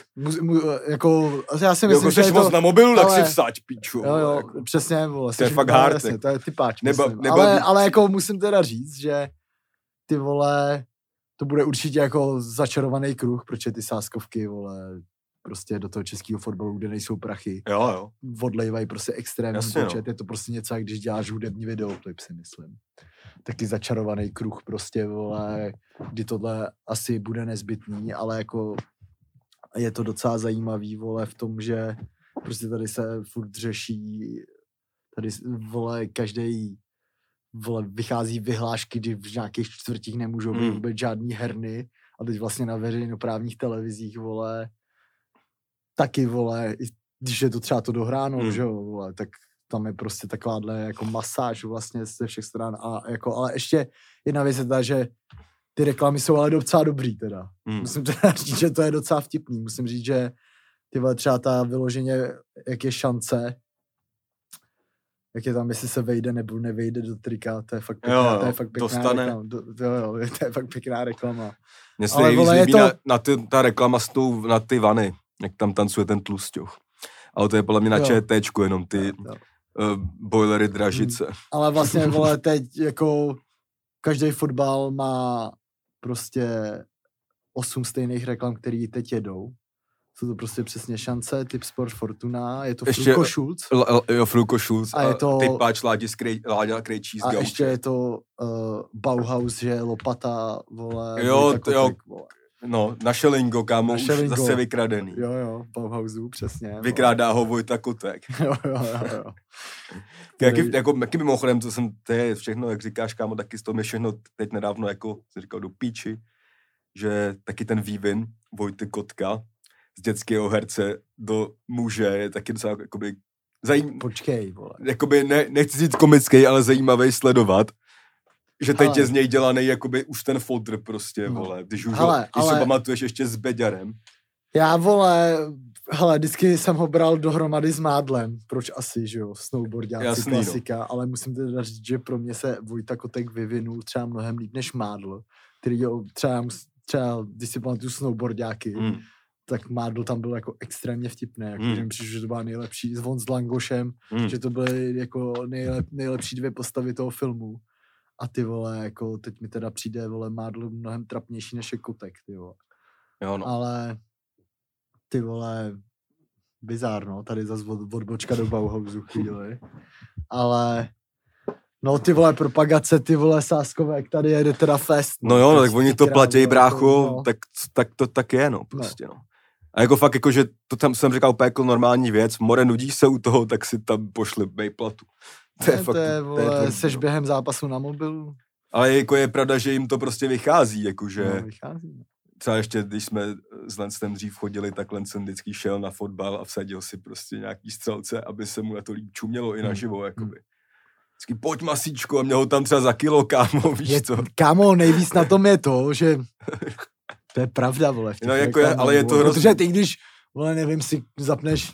Jako, já si myslím, že je to... na mobilu, tak si vsaď, piču. Jo, jako, přesně, vole. To je fakt hard. Jasně, to je typáč, ale jako musím teda říct, že ty vole, to bude určitě jako začarovaný kruh, protože ty sáskovky, vole, prostě do toho českého fotbalu, kde nejsou prachy. Jo. Odlejvají prostě extrémní počet. Je to prostě něco, jak když děláš hudební videoklip, si myslím. Taky začarovaný kruh prostě, vole, kdy tohle asi bude nezbytný, ale jako je to docela zajímavý, vole, v tom, že prostě tady se furt řeší, tady, vole, každý, vole, vychází vyhlášky, kdy v nějakých čtvrtích nemůžou být vůbec žádný herny a teď vlastně na veřejnoprávních televizích, vole, taky, vole, když je to třeba to dohráno, že jo, vole, tak tam je prostě takováhle jako masáž vlastně ze všech stran a jako, ale ještě jedna věc je ta, že ty reklamy jsou ale docela dobrý teda. Musím teda říct, že to je docela vtipný. Musím říct, že ty vole třeba ta vyloženě, jak je Šance, jak je tam, jestli se vejde nebo nevejde do trika, to je fakt pěkná, to je fakt pěkná reklama. To je fakt pěkná reklama. Mně se nejvíc líbí ta reklama na ty vany, jak tam tancuje ten tlusťoch. Ale to je podle mě na ČTčku, jenom ty boilery Dražice. Ale vlastně, vole, teď jako každý fotbal má prostě 8 stejných reklam, který teď jedou. Jsou to prostě přesně Šance, Tipsport, Fortuna, je to Frukošulc. Jo, Frukošulc a je to Typáč, Láďa Krejčí z Gauče. A ještě je to Bauhaus, že lopata, vole. Jo, vole. No, naše lingo, kámo, už zase vykradený. Jo, Bauhausu, přesně. Vykrádá ho Vojta Kotek. Jo. Jaký mimochodem, to je všechno, jak říkáš, kámo, taky z toho mi všechno teď nedávno, jako jsem říkal, do píči, že taky ten vývin Vojty Kotka z dětského herce do muže je taky docela, jakoby, Počkej, vole. Jakoby, nechci říct komický, ale zajímavý sledovat. Že teď je z něj dělaný jakoby už ten fotr prostě, vole. Když už když se pamatuješ ještě s Beďarem. Já, vole, vždycky jsem ho bral dohromady s Mádlem. Proč asi, že jo, snowboardiáci, jasný, klasika. No. Ale musím teda říct, že pro mě se Vojta Kotek vyvinul třeba mnohem líp než Mádl, který třeba když si pamatuju snowboardiáky, tak Mádl tam byl jako extrémně vtipný. Jako, že mi přišlo, že to byla nejlepší, zvon s Langošem, že to byly jako nejlepší 2 postavy toho filmu. A ty vole, jako teď mi teda přijde, vole, Mádl mnohem trapnější než je Kotek, ty vole. Jo, no. Ale ty vole, bizárno, tady zase odbočka do Bauhausu chvíli. Ale no ty vole, propagace, ty vole, sáskovek, tady jede teda fest. No jo, no, tak oni to platí, bráchu, no. tak to tak je, no, prostě, no. A jako fakt, jako, že to tam jsem říkal úplně jako normální věc, more nudí se u toho, tak si tam pošli platu. To je fakt, vole, seš během zápasu na mobilu. Ale jako je pravda, že jim to prostě vychází, jakože... No, vychází. Třeba ještě, když jsme s Lencem dřív chodili, tak Lencem vždycky šel na fotbal a vsadil si prostě nějaký střelce, aby se mu na to líp čumělo i naživo, jakoby. Vždycky pojď masíčko a měl ho tam třeba za kilo, kámo, víš co. Kámo, nejvíc na tom je to, že... To je pravda, vole. No, jako je, ale je to hrozný. Protože ty, když, vole, nevím, si zapneš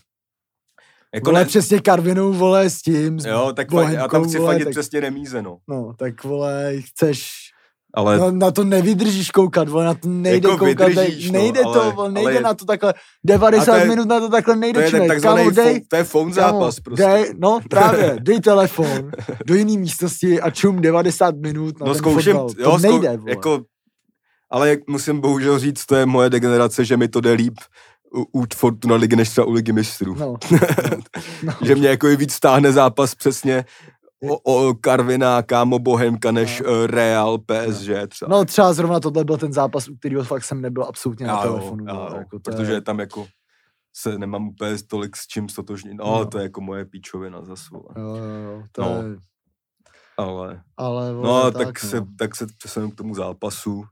jako vole, přesně Karvinou, vole, s tím, jo, tak já tam chci fandit přesně remíze, no. No, tak, vole, chceš... Ale... No, na to nevydržíš koukat, vole, na to nejde jako koukat, nejde no, to, vole, nejde na to takhle, 90 minut na to takhle nejde člověk. To je phone zápas prostě. Dej telefon do jiný místnosti a čum 90 minut na ten fotbal. To nejde, vole. Jako, ale musím bohužel říct, to je moje degenerace, že mi to jde líp u Fortuna ligy než třeba u Ligy mistrů. No. Že mě jako i víc stáhne zápas přesně o Karviná, kámo Bohemka, než Real, PSG třeba. No třeba zrovna tohle byl ten zápas, u kterého fakt jsem nebyl absolutně na telefonu. Jako protože tam jako se nemám úplně tolik s čím stotožnit. No, to je jako moje píčovina zase. Jo, to je... Ale vole, tak se přesunu k tomu zápasu.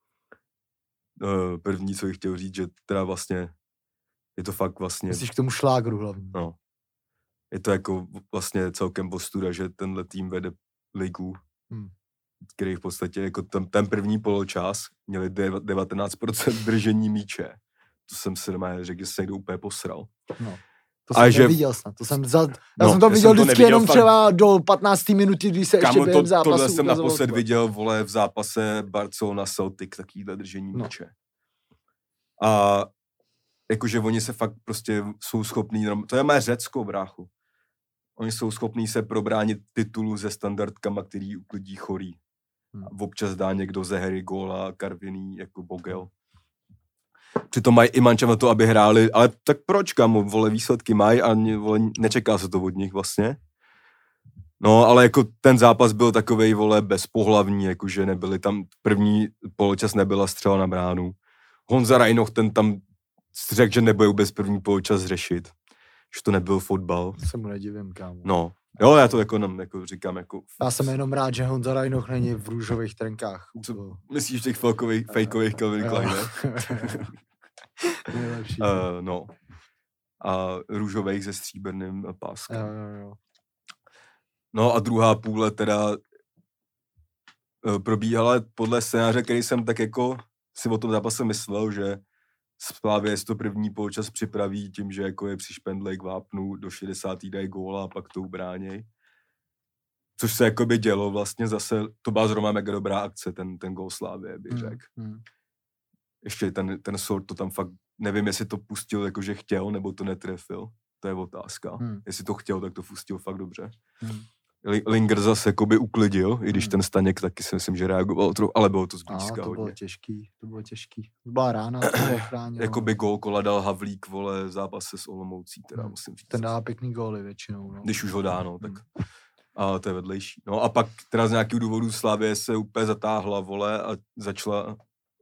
První, co bych chtěl říct, že teda vlastně je to fakt vlastně... Myslíš k tomu šlágru hlavně. No. Je to jako vlastně celkem ostuda, že tenhle tým vede ligu, který v podstatě jako ten první poločas měli 19% držení míče. To jsem si doma řekl, že se někdo úplně posral. No. To jsem neviděl snad. Já jsem to viděl vždycky jenom fakt... třeba do 15. minuty, když se ještě během zápasu tohle jsem naposled viděl, vole, v zápase Barcelona Celtic, takovýhle držení míče. A jakože oni se fakt prostě jsou schopní, to je mé Řecko, bráchu. Oni jsou schopní se probránit titulu se standardkama, který uklidí chorý. A občas dá někdo ze hry góla, Karviný, jako Bogel. Přitom mají i manča na to, aby hráli, ale tak proč, kamo, vole, výsledky mají a vole, nečeká se to od nich vlastně. No, ale jako ten zápas byl takovej, vole, bezpohlavní, jakože nebyli tam, první poločas nebyla střela na bránu. Honza Rajnoch, ten tam řekl, že nebude vůbec první poločas řešit. Že to nebyl fotbal. Se mu nedivím, kámo. No, jo, já to jako říkám, jako... Já jsem jenom rád, že Honza Rajnoch není v růžových trenkách. Co myslíš těch fejkových Calvin Klein, ne? Nejlepší. No. A růžových se stříbrným páskem. Jo. No a druhá půle teda probíhala podle scénáře, který jsem tak jako si o tom zápase myslel, že Slavia si to první poločas připraví tím, že jako je přišpendlej k vápnu, do 60. dají góla a pak to ubráněj. Což se jakoby dělo vlastně zase, to byla zrovna mega dobrá akce, ten gól Slavie, bych řekl. Ještě ten sort to tam fakt, nevím, jestli to pustil jakože chtěl, nebo to netrefil. To je otázka. Jestli to chtěl, tak to pustil fakt dobře. Linger zase jakoby uklidil, i když ten Staněk taky si myslím, že reagoval trochu, ale bylo to zblízka hodně. To bylo těžký. To byla rána, to bylo chránilo. Jakoby gól kola dal Havlík, vole, zápase s Olomoucí, teda musím říct. Ten dá pěkný góly většinou. No. Když už ho dá, no, tak... A to je vedlejší. No a pak teda z nějakého důvodu Slavie se úplně zatáhla, vole, a začala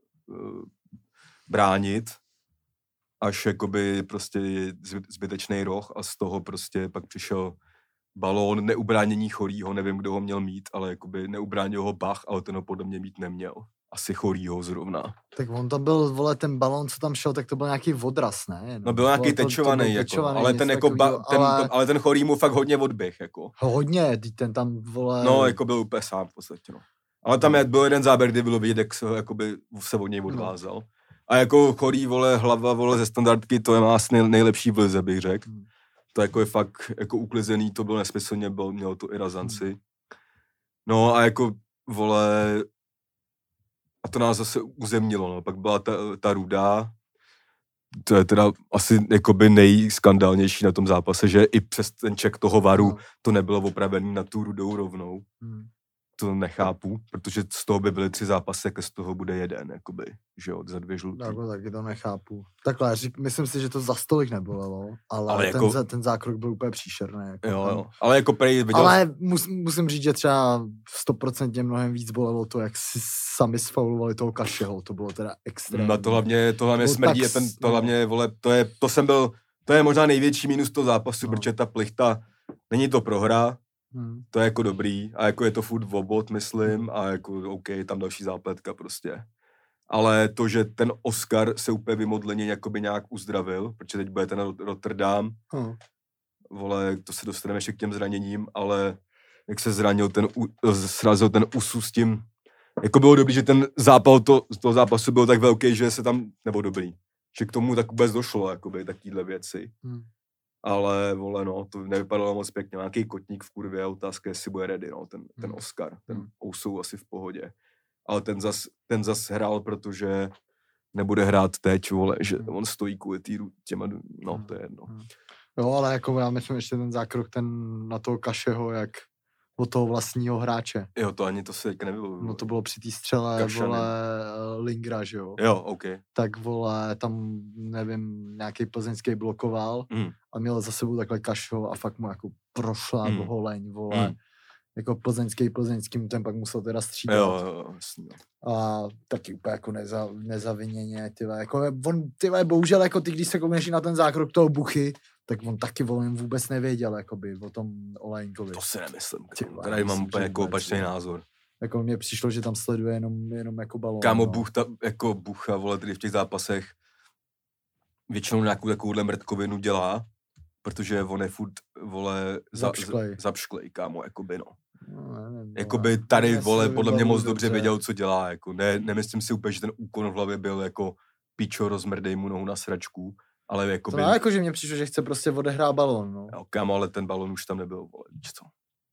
bránit, až jakoby prostě je zbytečný roh a z toho prostě pak přišel balón neubránění Chorýho, nevím, kdo ho měl mít, ale jakoby neubránil ho Bach, ale ten ho podle mě mít neměl. Asi Chorýho zrovna. Tak on tam byl, vole, ten balón, co tam šel, tak to byl nějaký odraz, ne? No byl nějaký tečovaný, jako, ale ten jako, ale ten Chorý mu fakt hodně odběh, jako. Hodně, ten tam, vole... No, jako byl úplně sám v podstatě, no. Ale tam byl jeden záběr, kdy bylo vidět, jak se od něj odvázal. A jako Chorý, vole, hlava, vole, ze standardky, to je má nejlepší v lize, bych řekl. To jako je fakt jako uklizený, to bylo nesmyslně, mělo to i razanci. No a jako, vole, a to nás zase uzemnilo, no. Pak byla ta Ruda, to je teda asi jakoby nejskandálnější na tom zápase, že i přes ten ček toho VARu to nebylo opravený na tu Rudou rovnou. To nechápu, protože z toho by byly 3 zápasy, jak z toho bude jeden, jakoby, že jo, za 2 žlutý. Taky to nechápu. Takhle, myslím si, že to za stolik nebolelo, ale jako... ten zákrok byl úplně příšerný. Jako jo, ale jako prej viděl... Ale musím říct, že třeba 100% mnohem víc bolelo to, jak si sami sfaulovali toho Kašeho, to bylo teda extrémní. No to hlavně smrdí, to je možná největší mínus toho zápasu, protože ta plichta, není to prohra, to je jako dobrý a jako je to furt v obod, myslím, a jako OK, tam další zápletka prostě. Ale to, že ten Oscar se úplně vymodleně jakoby nějak uzdravil, protože teď bude ten Rotterdam, vole, to se dostaneme ještě k těm zraněním, ale jak se zranil, srazil ten usu s tím, jako bylo dobrý, že ten zápal toho zápasu byl tak velký, že se tam, nebo dobrý, že k tomu tak vůbec došlo, jakoby takovýhle věci. Ale, vole, no, to nevypadalo moc pěkně. Nějaký kotník v kurvě a otázka, jestli bude ready, no, ten Oscar. Ten Ousou asi v pohodě. Ale ten zas hrál, protože nebude hrát teď, vole, že on stojí kvůli těma, no, to je jedno. Jo, ale jako já myslím ještě ten zákrok na toho Kašeho, jak od toho vlastního hráče. Jo, to ani to se teďka nebylo. No to bylo při té střele, vole, Lingra, že jo. Jo, OK. Tak, vole, tam, nevím, nějaký plzeňský blokoval a měl za sebou takhle Kašel a fakt mu jako prošla holeň, vole. Jako plzeňským ten pak musel teda střídat. Jo, jasně. A taky úplně jako nezaviněně, tyhle. Jako on, tyhle, bohužel, jako ty, když se koukneš na ten zákrok toho Buchy, tak on taky vůbec nevěděl, jakoby, o tom Olejnkovi. To si nemyslím. Tady mám úplně jako opačný názor. Jako mně přišlo, že tam sleduje jenom jako balón. Kámo, jako Bucha, vole, tady v těch zápasech většinou nějakou takovouhle mrtkovinu dělá, protože on je furt, vole, zapšklej, kámo, jakoby, no. Jakoby tady, vole, podle mě moc dobře věděl, co dělá, jako nemyslím si úplně, že ten úkon v hlavě byl jako pičo, rozmrdej mu nohu na sračku, ale jakoby... To jako, že mně přišlo, že chce prostě odehrát balón, no. Jo, kámo, ale ten balón už tam nebyl, vole, víš co?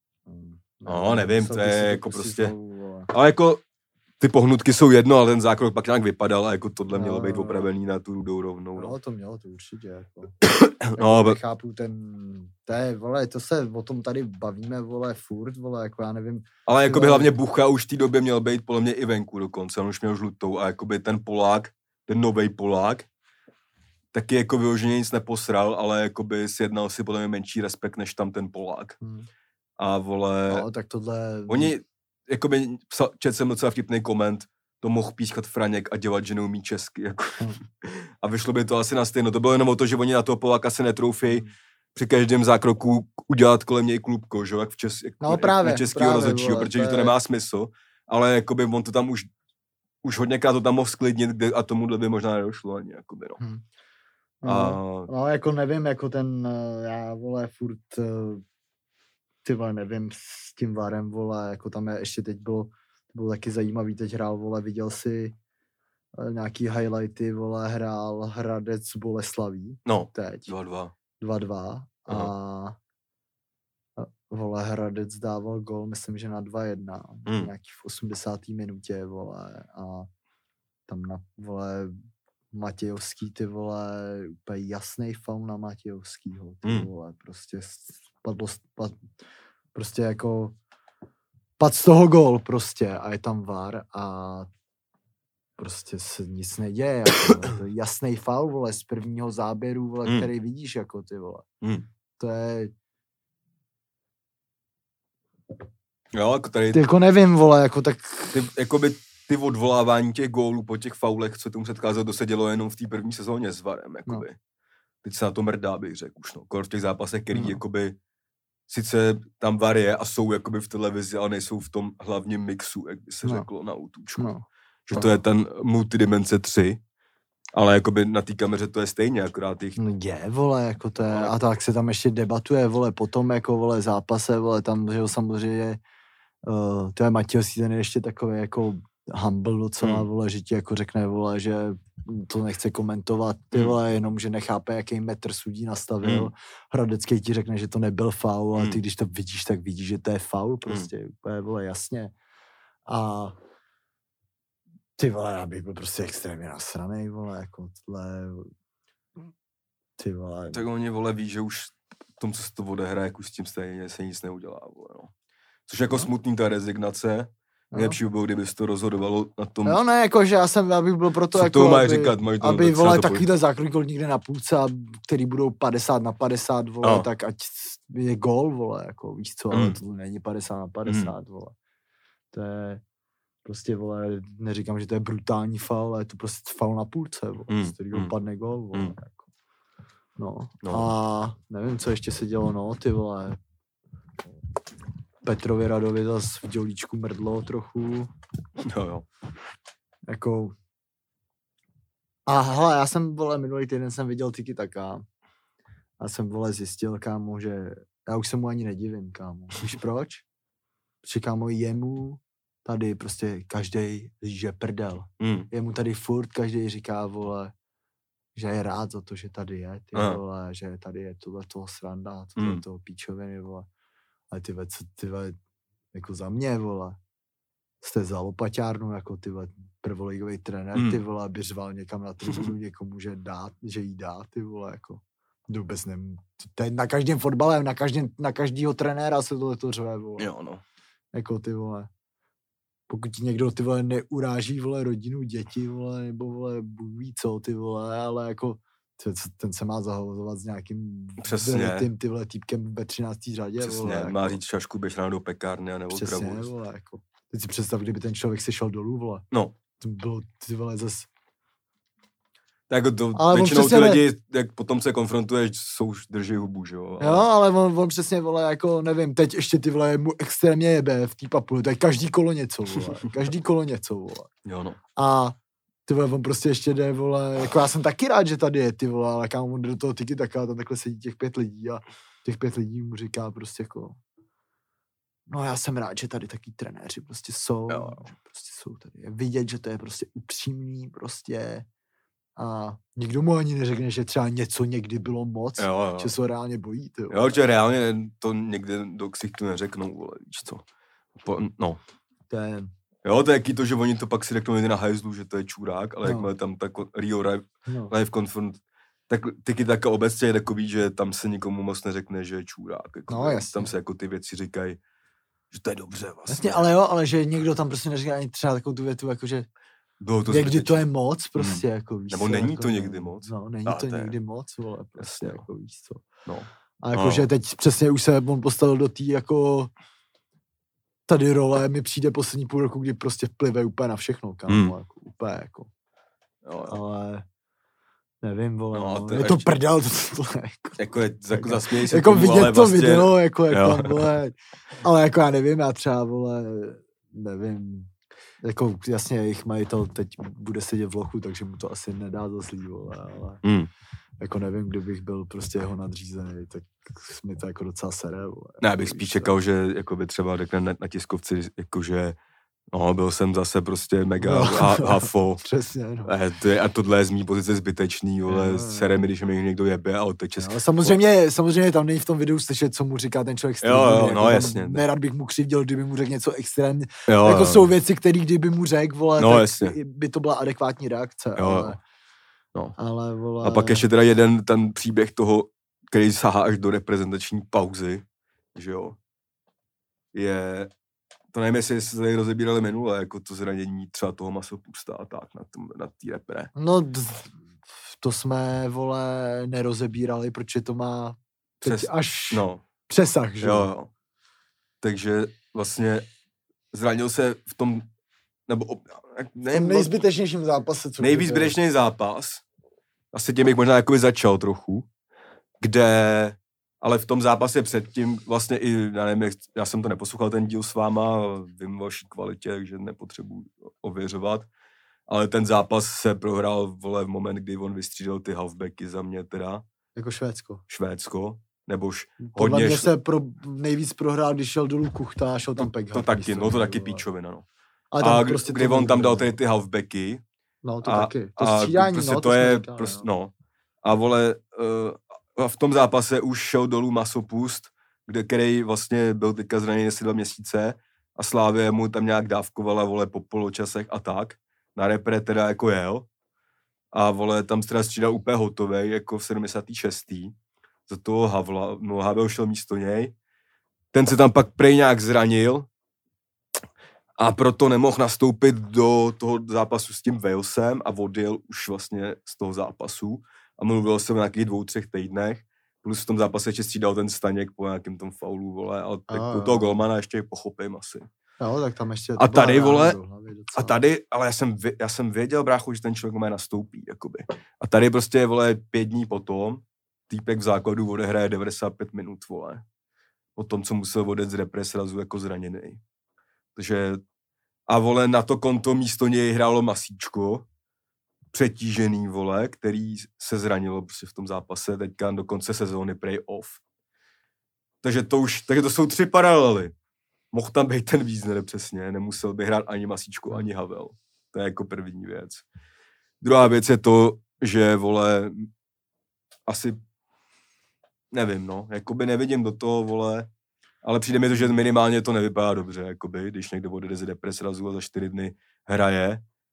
No, nevím, to je jako prostě... Ale jako ty pohnutky jsou jedno, ale ten zákrok pak nějak vypadal a jako tohle mělo být opravený na tu rudou rovnou. No, to mělo, to určitě, jako. No, nechápu vole, to se o tom tady bavíme, vole, furt, vole, jako já nevím. Ale jakoby hlavně Bucha už v té době měl být podle mě i venku dokonce, on už měl žlutou a jakoby ten Polák, ten novej Polák, taky jako vyloženě nic neposral, ale jakoby sjednal si podle mě menší respekt než tam ten Polák. A vole... No, tak tohle... Oni, jakoby, četl jsem docela vtipný koment, to mohl pískat Franěk a dělat, že neumí česky, jako. A vyšlo by to asi na stejno. To bylo jenom o to, že oni na toho Poláka se netroufí při každém zákroku udělat kolem něj klubko, že? Jak v českého rozhodčího, protože to nemá smysl. Ale jakoby on to tam už hodněkrát to tam mohl sklidnit a tomuhle by možná nedošlo ani, jakoby, no. No, jako nevím, jako já, vole, furt, ty vole, nevím, s tím VARem, vole, jako tam je ještě teď bylo taky zajímavý, teď hrál, vole, viděl si nějaký highlighty, vole, hrál Hradec s Boleslaví. No, teď. 2-2. A vole, Hradec dával gol, myslím, že na 2-1, nějaký v 80. minutě, vole, a tam na, vole, Matějovský, ty vole, úplně jasnej faul na Matějovskýho, ty vole, prostě prostě jako pad z toho gol prostě a je tam VAR a prostě se nic neděje, jako, to je jasnej faul, vole, z prvního záběru, vole, který vidíš, jako, ty vole. To je... Jo, jako tady... Ty jako nevím, vole, jako tak... Ty odvolávání těch gólů po těch faulech, co tomu předcházelo, to se dělo jenom v té první sezóně s VARem, jakoby. No. Teď se na to mrdá, bych řekl už, no. Kor v těch zápasech, který, jakoby, sice tam VAR je a jsou, jakoby, v televizi, ale nejsou v tom hlavním mixu, jak by se řeklo na útučku. No. Že to je ten multidimenze 3, ale, jakoby, na té kameře to je stejně, akorát jich... No je, vole, jako to je, a tak se tam ještě debatuje, vole, potom, jako, vole, zápase, vole, tam, že jo, samozřejmě, to je Matějovský, ten je ještě takový, jako humble docela, vole, že ti jako řekne, vole, že to nechce komentovat, ty vole, jenom, že nechápe, jaký metr sudí nastavil. Hradecký ti řekne, že to nebyl faul, a ty, když to vidíš, tak vidíš, že to je faul, prostě, úplně, vole, jasně. A ty vole, já bych byl prostě extrémně nasranej, vole, jako tohle, ty vole. Tak oni, vole, ví, že už v tom, co se to odehraje, jak už s tím stejně se nic neudělá, vole, no. Což jako smutný ta rezignace. Nejlepší by bylo, kdyby se to rozhodovalo na tom... Jo, ne, jakože já bych byl proto, co jako, aby vole, takovýhle zákroky někde na půlce, který budou 50-50, vole, tak ať je gól, vole, jako, víš co, ale to není 50-50, vole. To je prostě, vole, neříkám, že to je brutální faul, ale je to prostě faul na půlce, vole, z kterého padne gól, vole, jako. No, a nevím, co ještě se dělo, no, ty vole. Petrovi Radovi zas v dělíčku mrdlo trochu. Jo. Jako... A hele, já jsem, vole, minulý týden jsem viděl Tiki Taka. A jsem, vole, zjistil, kámo, že... Já už se mu ani nedivím, kámo. Víš proč? Protože, kámo, jemu tady prostě každej že prdel. Jemu tady furt každej říká, vole, že je rád za to, že tady je, ty vole, že tady je tohle toho sranda, tohle toho píčoviny, vole. Ale ty vole, jako za mě, vole, jste za lopaťárnu, jako ty vole, prvoligový trenér, ty vole, aby řval někam na tribunu někomu, že jí dá, ty vole, jako. Vůbec nevím. To je na každém fotbale, na každýho trenéra se tohle to řve, vole. Jo, no. Jako ty vole. Pokud ti někdo, ty vole, neuráží, vole, rodinu, děti, vole, nebo, vole, Bůh ví co, ty vole, ale jako ten se má zahovazovat s nějakým veletým, ty vole, týpkem ve 13. řadě, Přesně, vole. má jako, říct čašku, běž ráno do pekárny a nebo přesně, travu. vole, jako. Teď si představ, kdyby ten člověk se šel dolů, vole. No. To bylo, ty vole, zas... Tak to většinou ty lidi, jak potom se konfrontuješ, jsou drží hubu, že jo? Jo, ale on přesně, vole, jako nevím, teď ještě ty vole mu extrémně jebe v té papule, to je každý kolo něco, vole, každý kolo něco, vole. Jo, no. A ty vole, on prostě ještě jde, vole, jako já jsem taky rád, že tady je, ty vole, ale kámo, on jde do toho tiki taka, tam takhle sedí těch 5 lidí a těch 5 lidí mu říká prostě jako, no já jsem rád, že tady taky trenéři prostě jsou, jo. že prostě jsou tady, je vidět, že to je prostě upřímný, prostě. A nikdo mu ani neřekne, že třeba něco někdy bylo moc, jo. že se ho reálně bojí. Ty, jo, že reálně to někde do ksichtu neřeknou, vole, víš co. No. Jo, to je jaký to, že oni to pak si řeknou někdy na hajzlu, že to je čurák, ale jakmile tam tak real life confront, tak taky tak obecně je takový, že tam se nikomu moc neřekne, že je čurák. Jako, no, tam se jako ty věci říkají, že to je dobře vlastně. Jasně, ale že někdo tam prostě neříká ani třeba takovou tu větu, jakože někdy to je moc, prostě, jako víš. Nebo není to někdy moc. No, není to někdy moc, vole, prostě, jasně, jako víš co. No. A jakože teď přesně už se on postavil do té, jako tady role, mi přijde poslední půl roku, kdy prostě vplive úplně na všechno, kámo, jako úplně, jako. Jo. Ale nevím, vole, no, je to prdel, jako zasměj se jako tomu, vidět to vlastně... video, jako vole, ale jako já nevím, já třeba, vole, nevím, jako jasně, jejich majitel teď bude sedět v lochu, takže mu to asi nedá za zlý, vole, ale jako nevím, kdybych byl prostě jeho nadřízený, tak mi to jako docela sere, vole. Ne, já bych spíš čekal, že jako by třeba řekne na tiskovci, jakože no, byl jsem zase prostě mega hafo. Přesně, no. A tohle je z mý pozice zbytečný, vole, sere mi, když mi někdo jebe a odteče. Ale samozřejmě tam není v tom videu slyšet, co mu říká ten člověk. Jo, no jasně. Nerad bych mu křivděl, kdyby mu řekl něco extrémně. Jako jsou věci, které kdyby mu řekl, vole, no, tak jasně. by to byla adekvátní reakce. Jo. Ale vole... A pak ještě teda jeden ten příběh toho, který sahá až do reprezentační pauzy, že jo, je... To nevím, jestli se tady rozebírali minule, jako to zranění třeba toho Masopusta a tak na té repre. No, to jsme, vole, nerozebírali, protože to má až přesah, že jo. Takže vlastně zranil se v tom, nebo nevím, nejzbytečnějším zápase. Nejvíc zbytečný zápas, asi tím bych možná jakoby začal trochu, kde... Ale v tom zápase předtím vlastně i, já nevím, já jsem to neposlouchal ten díl s váma, vím o vaší kvalitě, takže nepotřebuji ověřovat, ale ten zápas se prohrál, vole, v moment, kdy on vystřídal ty halfbacky za mě teda. Jako Švédsko, nebož podle hodně... mě se nejvíc prohrál, když šel dolů Kuchta a šel tam Pekha. To taky píčovina, no. A prostě kdy on tam dal tady ty halfbacky. No, to taky. To střídání, prostě to je, prostě, no. A vole... A v tom zápase už šel dolů Masopust, který vlastně byl teďka zraněný asi 2 měsíce a Slávě mu tam nějak dávkovala, vole, po poločasech a tak. Na repre teda jako jel a vole, tam teda střídal úplně hotovej, jako v 76. Za toho Havla, no Havel šel místo něj. Ten se tam pak prej nějak zranil a proto nemohl nastoupit do toho zápasu s tím Walesem a odjel už vlastně z toho zápasu. A mluvil jsem o nějakých 2-3 týdnech, plus v tom zápase ještě střídal ten Staněk po nějakém tom faulu, vole, ale u toho golmana ještě pochopím asi. Jo, tak tam ještě... A tady, vole, ale já jsem věděl, brácho, že ten člověk má nastoupí, jakoby. A tady prostě, vole, 5 dní potom, týpek v základu odehraje 95 minut, vole. Po tom, co musel odjet z repre srazu jako zraněný. Takže, a vole, na to konto místo něj hrálo Masíčko, přetížený, vole, který se zranilo prostě v tom zápase, teďka do konce sezóny prej off. Takže to jsou 3 paralely. Mohl tam být ten Wiesner přesně, nemusel by hrát ani Masíčku, ani Havel. To je jako první věc. Druhá věc je to, že, vole, asi, nevím, no, jakoby nevidím do toho, vole, ale přijde mi to, že minimálně to nevypadá dobře, jakoby, když někdo odjede z repre srazu a za 4 dny hraje.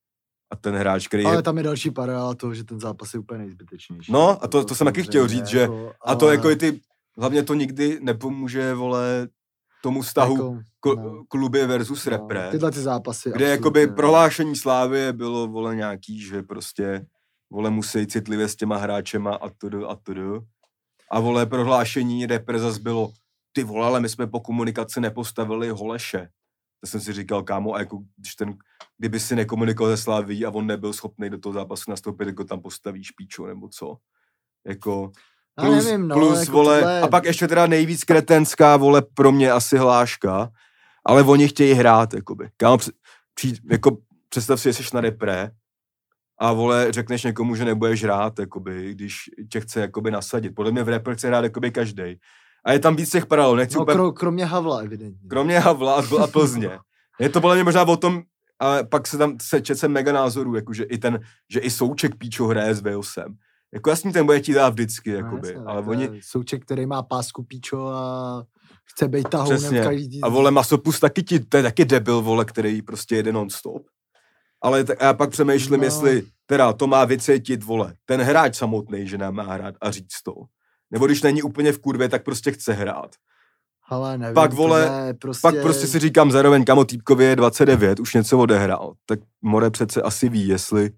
A ten hráč, který ale tam je další paralela toho, že ten zápas je úplně nejzbytečnější. No a to jsem taky chtěl říct, že jako, a to jako i ty, hlavně to nikdy nepomůže, vole, tomu vztahu jako, kluby versus repre. Tyhle ty zápasy. Kde jakoby prohlášení Slávie bylo, vole, nějaký, že prostě, vole, musí citlivě s těma hráčema a to. A vole, prohlášení repre zas bylo, ty vole, ale my jsme po komunikaci nepostavili Holeše. To jsem si říkal, kámo, a jako, kdyby si nekomunikoval se Slaví a on nebyl schopný do toho zápasu nastoupit, jako tam postavíš píčo, nebo co. Jako, plus jako vole, tohle... a pak ještě teda nejvíc kretenská, vole, pro mě asi Hláška, ale oni chtějí hrát, jakoby. Kámo, jako, představ si, jsi na repre a, vole, řekneš někomu, že nebudeš hrát, jakoby, když tě chce, jakoby, nasadit. Podle mě v repre chce hrát, jakoby, každej. A je tam víc těch paralel. Nechci kromě Havla, evidentně. Kromě Havla a Plzně. Je to podle mě možná o tom, ale pak se tam četce mega názorů, jako, že i Souček píčo hraje s Walesem. Jako jasně ten bude ti dát vždycky, jakoby. Jasně, ale oni... Souček, který má pásku píčo a chce být tahounem v každý... A vole, Masopust to je taky debil, vole, který prostě jede non-stop. Ale a já pak přemýšlím, jestli teda to má vycítit, vole, ten hráč samotný, že nám má hrát a říct to. Nebo když není úplně v kurvě, tak prostě chce hrát. Ale nevím, pak, vole, pak prostě si říkám zároveň, kamo týpkově je 29, už něco odehrál. Tak More přece asi ví, jestli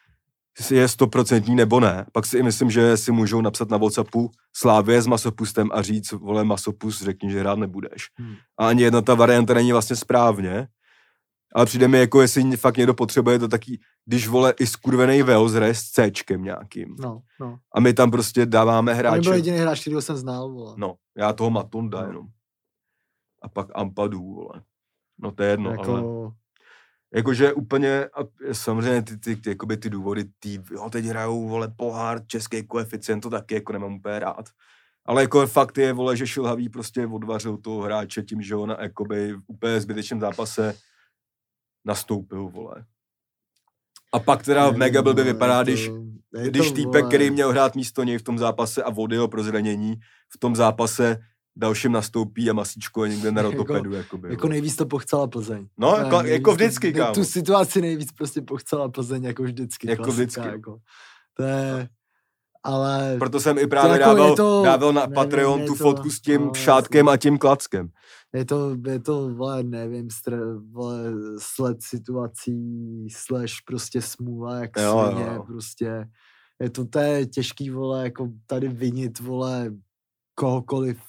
je 100% nebo ne. Pak si i myslím, že si můžou napsat na WhatsAppu Slávě s Masopustem a říct, vole, Masopust, řekni, že hrát nebudeš. A ani jedna ta varianta není vlastně správně. Ale přijde mi, jako jestli fakt někdo potřebuje to taky, když, vole, i skurvenej Wales hraje s Cčkem nějakým. No. A my tam prostě dáváme hráče. On byl jediný hráč, kterýho jsem znal, vole. No, já toho Matonda jenom. A pak Ampadu, vole. No to je jedno, ale... Jakože úplně, a samozřejmě ty důvody, teď hrajou, vole, pohár, český koeficient, to taky jako nemám úplně rád. Ale jako fakt je, vole, že Šilhavý prostě odvařil toho hráče tím, že on jakoby v úplně zbytečném zápase nastoupil, vole. A pak teda mega blbě vypadá, když týpek, který měl hrát místo něj v tom zápase a odjel pro zranění, v tom zápase dalším nastoupí a Masíčko je někde na rotopedu. Jako nejvíc to pochcela Plzeň. No, jako vždycky, kámo. Tu situaci nejvíc prostě pochcela Plzeň, jako vždycky. Jako vždycky. Jako. To je... Ale... Proto jsem i právě dával na Patreon tu fotku s tím šátkem a tím klackem. Je to, vole, nevím, vole, sled situací, / prostě smůla, jak svině, prostě. To je těžký, vole, jako tady vinit, vole, kohokoliv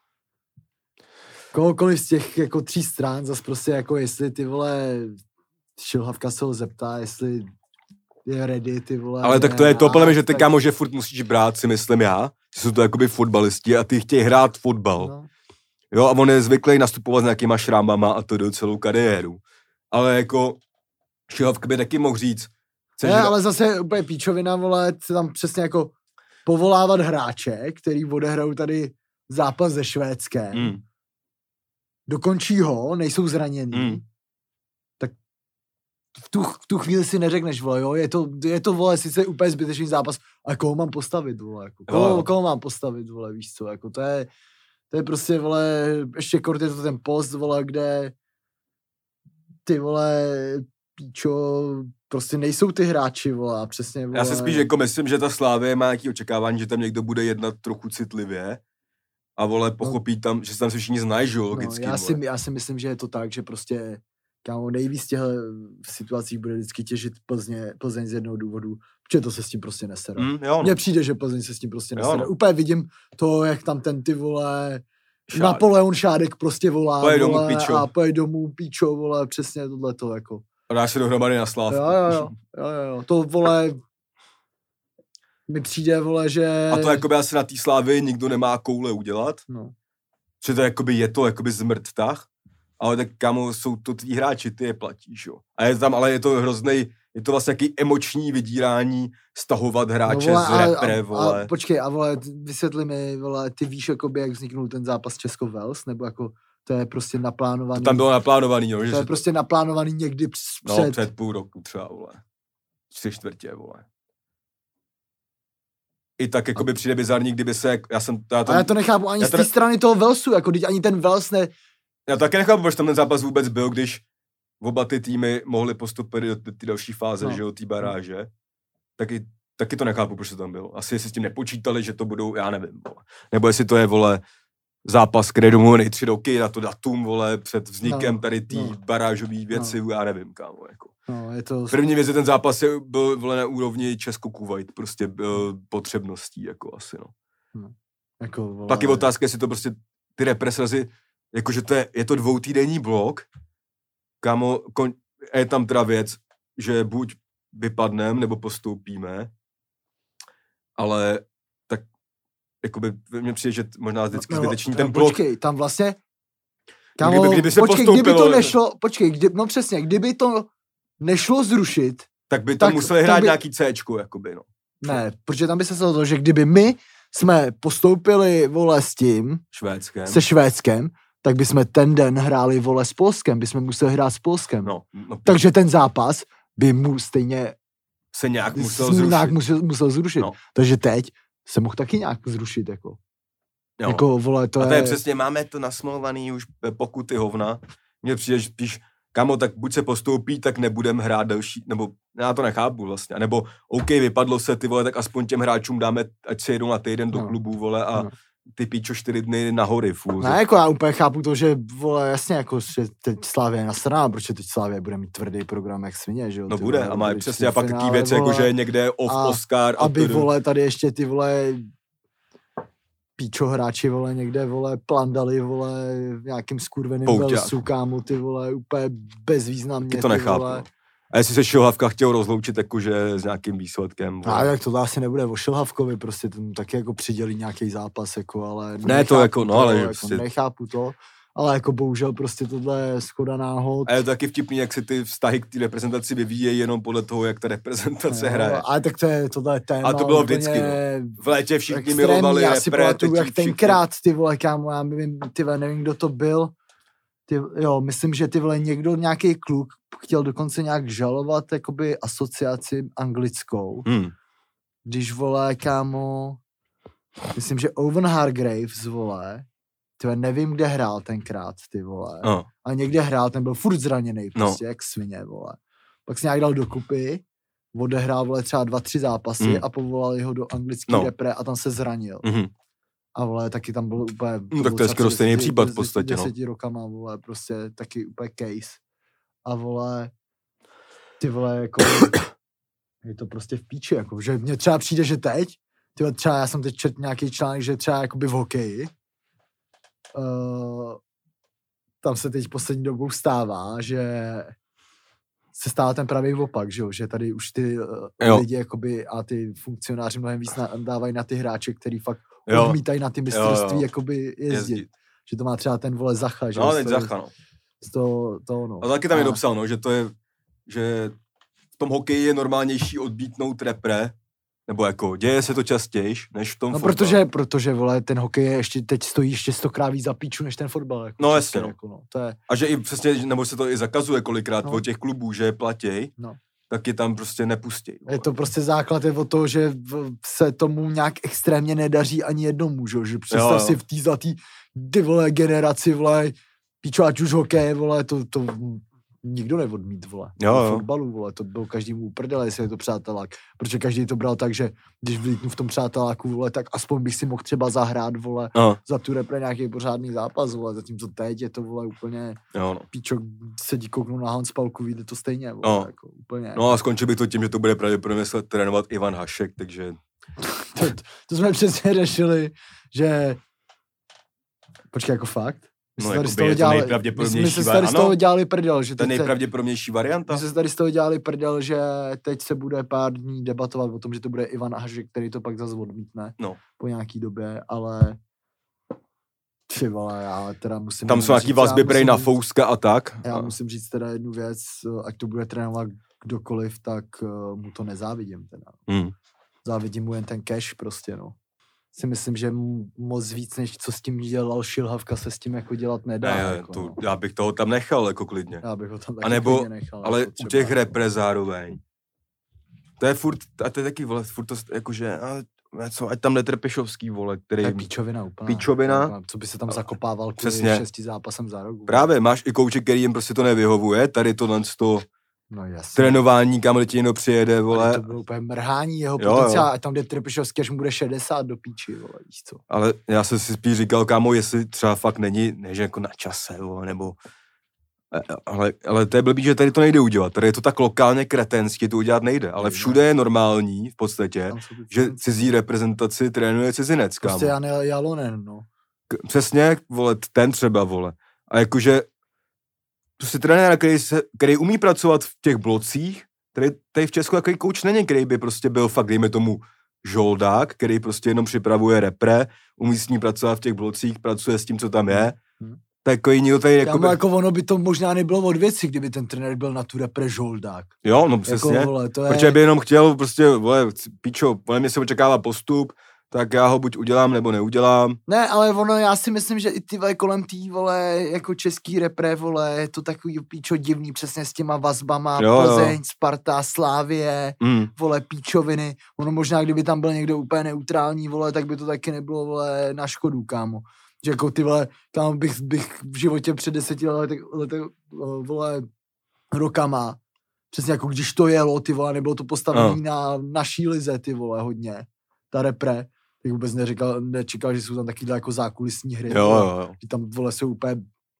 z těch, jako 3 stran, zas prostě, jako jestli ty, vole, Šilhavka se ho zeptá, jestli je ready, ty vole. Ale tak to je to, podle mě, že ty, kámo, že furt musíš brát, si myslím já, že jsou to jakoby fotbalisti a ty chtějí hrát fotbal. No. Jo, a on je zvyklý nastupovat s nějakýma šrámama a to do celou kariéru. Ale jako Šilhavka by taky mohl říct. Ale zase úplně píčovina, vole, tam přesně jako povolávat hráče, který odehrajou tady zápas se Švédskem. Dokončí ho, nejsou zraněný. Tak v tu chvíli si neřekneš, vole, jo, je to, vole, sice úplně zbytečný zápas, ale koho mám postavit, vole, jako, koho mám postavit, vole, víš co, jako, to je prostě, vole, ještě kort je to ten post, vole, kde ty, vole, píčo, prostě nejsou ty hráči, vole, a přesně, vole. Já si spíš jako myslím, že ta Slávie má nějaké očekávání, že tam někdo bude jednat trochu citlivě a, vole, pochopí tam, že se tam se všichni znají, že jo, logicky. Já si myslím, že je to tak, že prostě, kámo, nejvíc těchto situacích bude vždycky těžit Plzeň z jednoho důvodu, protože to se s tím prostě nesere. Mně přijde, že Plzeň se s tím prostě nesere. Úplně vidím to, jak tam ten, ty, vole, Napoleon Šádek prostě volá, pojď domů, píčo, vole, přesně tohleto, jako. A dáš se dohromady na Slávku. Jo. To, vole, mi přijde, vole, že... A to jakoby asi na té Slávii nikdo nemá koule udělat. No. Že to jakoby je to jakoby zmrt tah, ale tak, kámo, jsou to tví hráči, ty je platíš, jo. A je tam, ale je to hroznej, je to vlastně jaký emoční vydírání, stahovat hráče z repre, vole. A počkej, a vole, vysvětli mi, vole, ty víš, jakoby, jak vzniknul ten zápas Česko-Wales, nebo jako... To je prostě naplánovaný. To tam bylo naplánovaný, jo. To je prostě naplánovaný někdy před půl roku třeba, vole. 3/4, vole. I tak jakoby přijde bizarní, kdyby se, já to nechápu ani z té strany toho Walesu, jako když ani ten Wales ne... Já taky nechápu, proč tam ten zápas vůbec byl, když oba ty týmy mohly postupit do ty další fáze, že jo, té baráže, taky to nechápu, proč to tam bylo. Asi si s tím nepočítali, že to budou, já nevím, vole. Nebo jestli to je, vole, zápas, který je domluvený 3 roky na to datum, vole, před vznikem tady té barážové věci, já nevím, kámo, jako. Je to... První věc je ten zápas byl, vole, na úrovni Česko-Kuwait, prostě byl potřebností, jako asi, no. Jako, vole... Pak je otázka, jestli to prostě ty represrazy, jakože je to 2týdenní blok, kámo, je tam teda věc, že buď vypadneme, nebo postoupíme, ale tak jakoby mně přijde, že možná vždycky zbytečný ten blok. Počkej, tam vlastně kámo, kdyby se postoupilo, kdyby to nešlo, kdyby to nešlo zrušit, tak by tam museli hrát nějaký Cčko, jakoby, no. Ne, protože tam by se stalo to, že kdyby my jsme postoupili, vole, s tím, se Švédskem, tak bychom ten den hráli, vole, s Polskem, bychom museli hrát s Polskem. No, takže ten zápas by mu stejně se nějak musel zrušit. No. Takže teď se mohl taky nějak zrušit, jako. Jo. Jako, vole, to je přesně, máme to nasmlouvaný už pokuty hovna. Mně přijde, že spíš, kamo, tak buď se postoupí, tak nebudem hrát další, nebo já to nechápu vlastně, nebo OK, vypadlo se, ty vole, tak aspoň těm hráčům dáme, ať se jedou na týden do klubu, vole, a ty píčo 4 dny na hory, fůl. Ne, jako já úplně chápu to, že, vole, jasně, jako, že teď Slavia je nasraná, protože teď Slavia bude mít tvrdý program jak svině, že jo. No bude, a má přesně, a pak taký věc, jako, že někde Oscar. Aby, vole, tady ještě ty, vole, píčo hráči, vole, někde, vole, plandali, vole, v nějakým skurveným Velsu, kámo, ty, vole, úplně bezvýznamně, to nechápu. Vole. A jestli se Šilhavka chtěl rozloučit jakože s nějakým výsledkem. A tak to asi nebude o Šilhavkovi, prostě ten taky jako přidělí nějaký zápas, jako, ale ne to jako, no ale jako, prostě... nechápu to, ale jako bohužel prostě tohle je shoda náhod. A je to taky vtipný, jak se ty vztahy k té reprezentaci vyvíjejí jenom podle toho, jak ta reprezentace hraje. Ale tak tohle je téma. A to bylo vždycky, no. V létě všichni milovali repre. Já si pamatuju, jak tenkrát, ty vole, kámo, já nevím, kdo to byl. Myslím, že ty vole, nějaký kluk chtěl dokonce nějak žalovat jakoby asociaci anglickou. Když, vole, kámo, myslím, že Owen Hargreaves, vole, tyhle, nevím, kde hrál tenkrát, ty vole, a někde hrál, ten byl furt zraněný, prostě, jak svině, vole. Pak se nějak dal dokupy, odehrál, vole, třeba 2-3 zápasy a povolali ho do anglický repre a tam se zranil. A, vole, taky tam byl úplně... tak to je skoro stejný případ v podstatě, 10 rokama, vole, prostě taky úplně case. A, vole, ty, vole, jako... je to prostě v píči, jako, že mně třeba přijde, že teď, tyhle, třeba já jsem teď četl nějaký článek, že třeba jakoby v hokeji, tam se teď poslední dobou stává, že se stává ten pravý opak, že tady už ty lidi jakoby, a ty funkcionáři mnohem víc dávají na ty hráče, který fakt odmítají na ty mistrovství jakoby jezdit. Že to má třeba ten, vole, Zacha, že? No, teď Zacha, no. No. A taky tam je dopsal, no, že to je, že v tom hokeji je normálnější odbítnout repre, nebo jako děje se to častěji, než v tom fotbale. Protože, vole, ten hokej je ještě, teď stojí ještě 100krát víc za píču, než ten fotbal. Jako, no jasně, jako, no. To je... A že i přesně, nebo se to i zakazuje kolikrát od těch klubů, že je platěj, tak je tam prostě nepustěj. Je to prostě základ je o toho, že se tomu nějak extrémně nedaří ani jednomu, že představ si v té zlatý, ty, vole, generaci, vole, píčo, ať už hokej, vole, to nikdo neodmít, vole. V fotbalu, vole, to bylo každému uprdele, jestli je to přátelák. Protože každý to bral tak, že když vlítnu v tom přáteláku, vole, tak aspoň bych si mohl třeba zahrát, vole, za tu repre nějaký pořádný zápas, vole, zatímco teď je to, vole, úplně píčo, sedí kouknu na handspalku, vyjde to stejně, vole, jako úplně. No a skončil bych to tím, že to bude pravděpodobně trénovat Ivan Hašek, takže... to jsme přesně řešili, že... Počkej, jako fakt? My jsme se tady z toho dělali prdel, že to je nejpravděpodobnější varianta. My se tady z toho dělali prdel, že teď se bude pár dní debatovat o tom, že to bude Ivan Hašek, který to pak zase odmítne po nějaký době, ale ty vole, já teda musím... Tam jsou nějaký vazby prej na Fouska a tak. Já musím říct teda jednu věc, ať to bude trénovat kdokoliv, tak mu to nezávidím teda. Závidím mu jen ten cash prostě, no. Si myslím, že moc víc, než co s tím dělal Šilhavka, se s tím jako dělat nedá. Jako, já bych toho tam nechal jako klidně. Já bych ho tam taky klidně nechal. Ale jako u těch repre zároveň. To je furt, a to je taky, vole, furt to jakože, co, ať tam Netrpešovský, vole, který... To je píčovina úplná. Píčovina. Co by se tam zakopával kvůli 6 zápasem za rok. Právě, máš i kouče, který jim prostě to nevyhovuje, tady tohle no jasně. Trénování, kam ti někdo přijede, vole. To bylo úplně mrhání jeho potenciál, ať tam jde Trpešovský, až mu bude 60 do píči, vole, víš co. Ale já jsem si spíš říkal, kámo, jestli třeba fakt není, než jako na čase, vole, nebo... Ale to je blbý, že tady to nejde udělat. Tady je to tak lokálně kretenský, to udělat nejde. Ale všude je normální, v podstatě, že cizí reprezentaci trénuje cizinec, kámo. Prostě Jan Jalonen, no. Přesně, vole, ten třeba, vole. A jakože prostě trenér, který umí pracovat v těch blocích, tady v Česku takový kouč není, který by prostě byl fakt, dejme tomu, žoldák, který prostě jenom připravuje repre, umí s ní pracovat v těch blocích, pracuje s tím, co tam je. Takový někdo tady jako ono by to možná nebylo od věci, kdyby ten trenér byl na tu repre žoldák. Jo, no přesně. Jako, vole, protože by jenom chtěl prostě, vole, píčo, vole, mě se očekává postup, tak já ho buď udělám, nebo neudělám. Ne, ale ono, já si myslím, že i ty vole, kolem tý, vole, jako český repre, vole, je to takový píčo divný, přesně s těma vazbama, Plzeň, Sparta, Slávie, vole, píčoviny. Ono možná, kdyby tam byl někdo úplně neutrální, vole, tak by to taky nebylo, vole, na škodu, kámo. Že jako ty vole, tam bych v životě před 10 lety, vole, rokama, přesně jako když to jelo, ty vole, nebylo to postavený na naší lize, ty vole, hodně, ta repre, tak vůbec nečekal, že jsou tam takovýhle jako zákulisní hry. Jo. Tam, vole, jsou úplně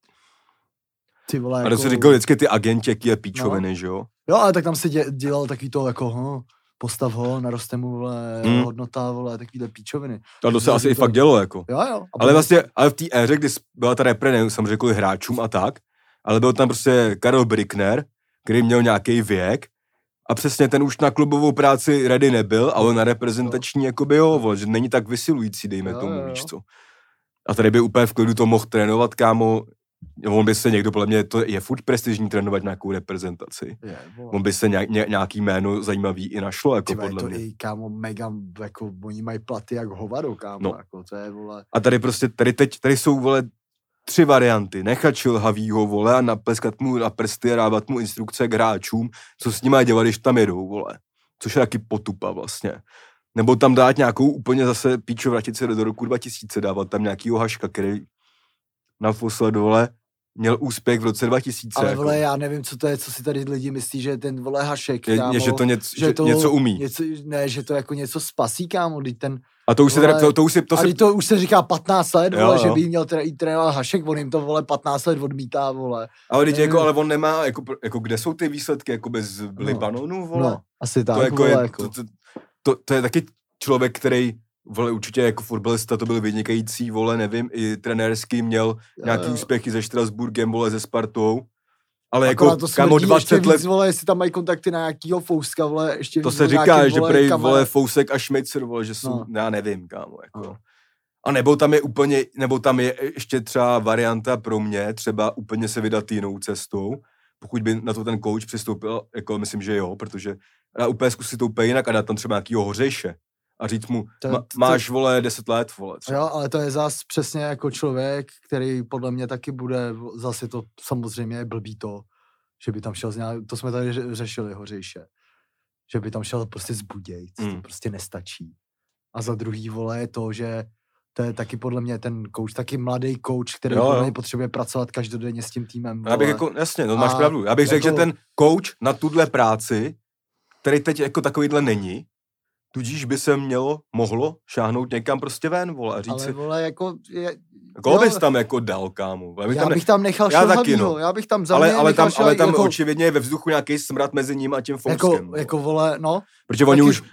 ty vole, jako... A to si říkal vždycky ty agenti, jaký je píčoviny, že jo? Jo, ale tak tam se dělal takový to jako, postav ho, naroste mu, vole, hodnota, vole, takovýhle píčoviny. To se asi i fakt dělo, jako. Jo. Ale vlastně, ale v té éře, kdy byla ta repre, samozřejmě kvůli hráčům a tak, ale byl tam prostě Karel Brickner, který měl nějaký věk a přesně ten už na klubovou práci ready nebyl, ale na reprezentační jakoby jo, že není tak vysilující, dejme tomu, víš co. A tady by úplně v klidu to mohl trénovat, kámo. On by se někdo, podle mě, to je furt prestižní trénovat nějakou reprezentaci. On by se nějaký jméno zajímavý i našlo, jako podle to mě. I, kámo, mega, jako, oni mají platy jak hovado, kámo, jako, to je, vole. A tady prostě, tady jsou, vole, 3 varianty. Nechat šilhavýho, vole, a napleskat mu na prsty a dávat mu instrukce k hráčům, co s nimi dělat, když tam jedou, vole. Což je taky potupa, vlastně. Nebo tam dát nějakou úplně zase píčo, vrátit se do roku 2000, dávat tam nějakýho Haška, který naposled, vole, měl úspěch v roce 2000. Ale vole, já nevím, co to je, co si tady lidi myslí, že ten, vole, Hašek, kámo, že to něco umí. Že to jako něco spasí, kámo, teď ten... A to už to už se říká 15 let, vole, že by měl trénovat Hašek, on jim to, vole, 15 let odmítá, vole. Ale teď jako, ale on nemá, jako kde jsou ty výsledky, jako bez Libanonu, vole? No, asi tak, to jako vole, je, jako. To je taky člověk, který, vole, určitě jako fotbalista to byl vynikající, vole, nevím, i trenérský měl nějaký úspěchy se Štrasburgem, vole, se Spartou, ale jako, kámo, 20 let... Vole, jestli tam mají kontakty na nějakýho Fouska, vole, ještě... To se říká, že prej, vole, Fousek a Šmejcer, vole, že jsou, já nevím, kámo, jako. A nebo tam je ještě třeba varianta pro mě, třeba úplně se vydat jinou cestou, pokud by na to ten coach přistoupil, jako myslím, že jo, protože dá úplně zkusit to úplně jinak a dát tam třeba nějakýho Hořejše a říct mu, máš, vole, 10 let, vole. Třeba. Jo, ale to je zas přesně jako člověk, který podle mě taky bude, zase to samozřejmě je blbý to, že by tam šel to jsme tady řešili, Hořejše, že by tam šel prostě z Budějc, to prostě nestačí. A za druhý, vole, je to, že to je taky podle mě ten coach, taky mladý coach, který podle mě potřebuje pracovat každodenně s tím týmem. Vole. Já bych jako, jasně, no máš pravdu. Já bych řekl, že ten coach na tuhle práci, který teď jako takovýhle není, tudíž by se mohlo šáhnout někam prostě ven, vole, a říct si... Ale, vole, jako... Koho bys tam jako dal, kámo? Já bych tam nechal Šilhavýho, já bych tam za mě ale tam jako, očividně je ve vzduchu nějaký smrad mezi ním a tím Fouskem. Jako vole, no. Protože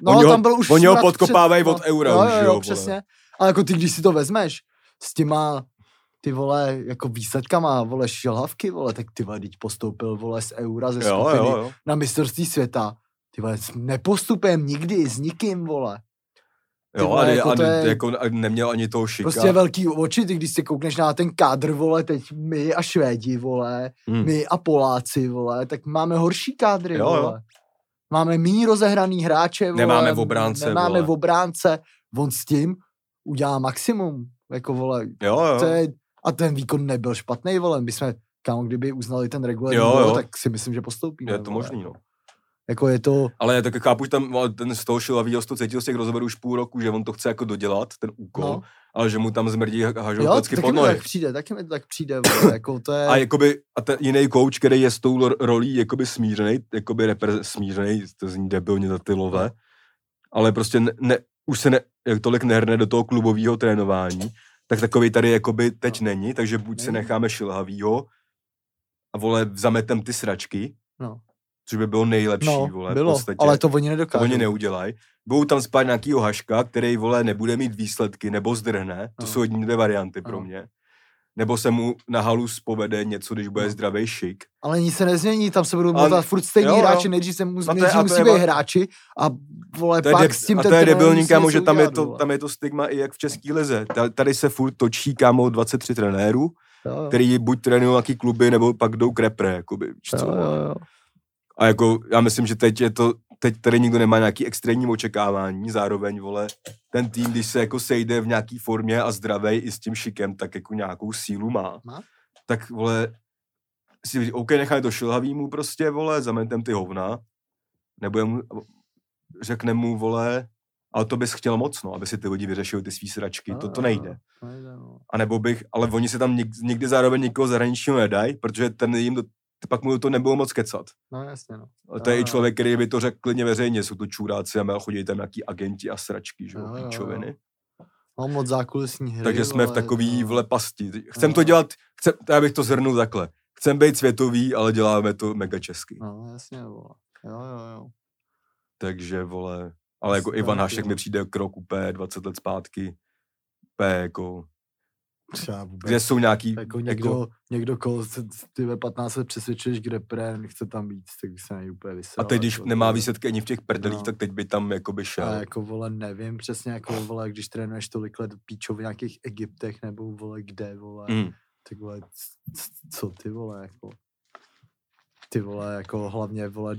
oni ho podkopávají od eura, že jo, přesně. Ale jako ty, když si to vezmeš s těma, ty vole, jako výsledkama, vole, Šilhavky, vole, tak ty vole, teď postoupil, vole, z eura ze skupiny na mistrovství světa. Ty vole, nepostupujeme nikdy s nikým, vole. Jo, vole, jako neměl ani toho Šika. Prostě velký oči, ty když si koukneš na ten kádr, vole, teď my a Švédi, vole, my a Poláci, vole, tak máme horší kádry, vole. Máme méně rozehraný hráče, vole. Nemáme v obránce. On s tím udělá maximum, jako, vole. Jo. A ten výkon nebyl špatný, vole. My jsme, kámo, kdyby uznali ten regulární, tak si myslím, že postoupíme. Je to možný, no. Jako je to... Ale já tak chápu, že tam ten z toho Šilavýho to cítil z těch rozhovorů už půl roku, že on to chce jako dodělat, ten úkol, ale že mu tam zmrdí hažou klecky pod nohy. Taky mi to tak přijde, vole, jako to je... A ten jiný coach, který je s tou rolí jakoby smířený, jakoby smířený, to zní debilně za ty love, ale prostě už se tolik nehrne do toho klubového trénování, tak takový tady jakoby teď není, takže buď se necháme Šilhavýho a vole, zametem ty sračky, což by bylo nejlepší, vole, bylo, v podstatě. Ale to oni nedokážou. To oni neudělají. Budou tam spát nějakýho haška, který, vole, nebude mít výsledky, nebo zdrhne, to jsou jediné dvě varianty pro mě. Nebo se mu na halu povede něco, když bude zdravý šik. Ale nic se nezmění, tam se budou motat furt stejní hráči, nejdřív musí být hráči a vole, pak s tím ten trenér. A to je debilní, kámo, že tam je to stigma i jak v český lize. Tady se furt točí, kámo, 23 trenérů, který buď trénují nějaký kluby, nebo pak jdou k repre, jakoby. A jako, já myslím, že teď tady nikdo nemá nějaký extrémní očekávání, zároveň, vole, ten tým, když se jako sejde v nějaký formě a zdravej i s tím šikem, tak jako nějakou sílu má. Tak, vole, si OK, necháme to Šilhavýmu prostě, vole, zametem ty hovna, nebo řekne mu, vole, ale to bys chtěl moc, no, aby si ty lidi vyřešili ty svý sračky, to nejde. A nebo ale oni se tam nikdy zároveň nikoho zahraničního nedají, protože ten jim pak mu to nebylo moc kecat. No jasně, no. Ale to je i člověk, který by to řekl klidně veřejně, jsou to čuráci a chodí tam nějaký agenti a sračky, že jo, píčoviny. Mám moc zákulisní hry. Takže jsme v takový vle pasti. Chcem to dělat, já bych to zhrnul takhle. Chcem být světový, ale děláme to mega česky. No jasně, vole. Jo. Takže, vole, ale jako Ivan Hašek mi přijde krok úplně 20 let zpátky. Jako... Kde jsou nějaký... Jako někdo koho ty ve 15 let přesvědčuješ, kde nechce tam být, tak se nej úplně vysel. A teď, když nemá výsledky ani v těch prdelích, tak teď by tam jakoby šel. A jako, vole, nevím přesně, jako, vole, když trénuješ tolik let píčo v nějakých Egyptech, nebo, vole, kde, vole, tak, vole, co ty, vole, jako... Ty, vole, jako hlavně, vole,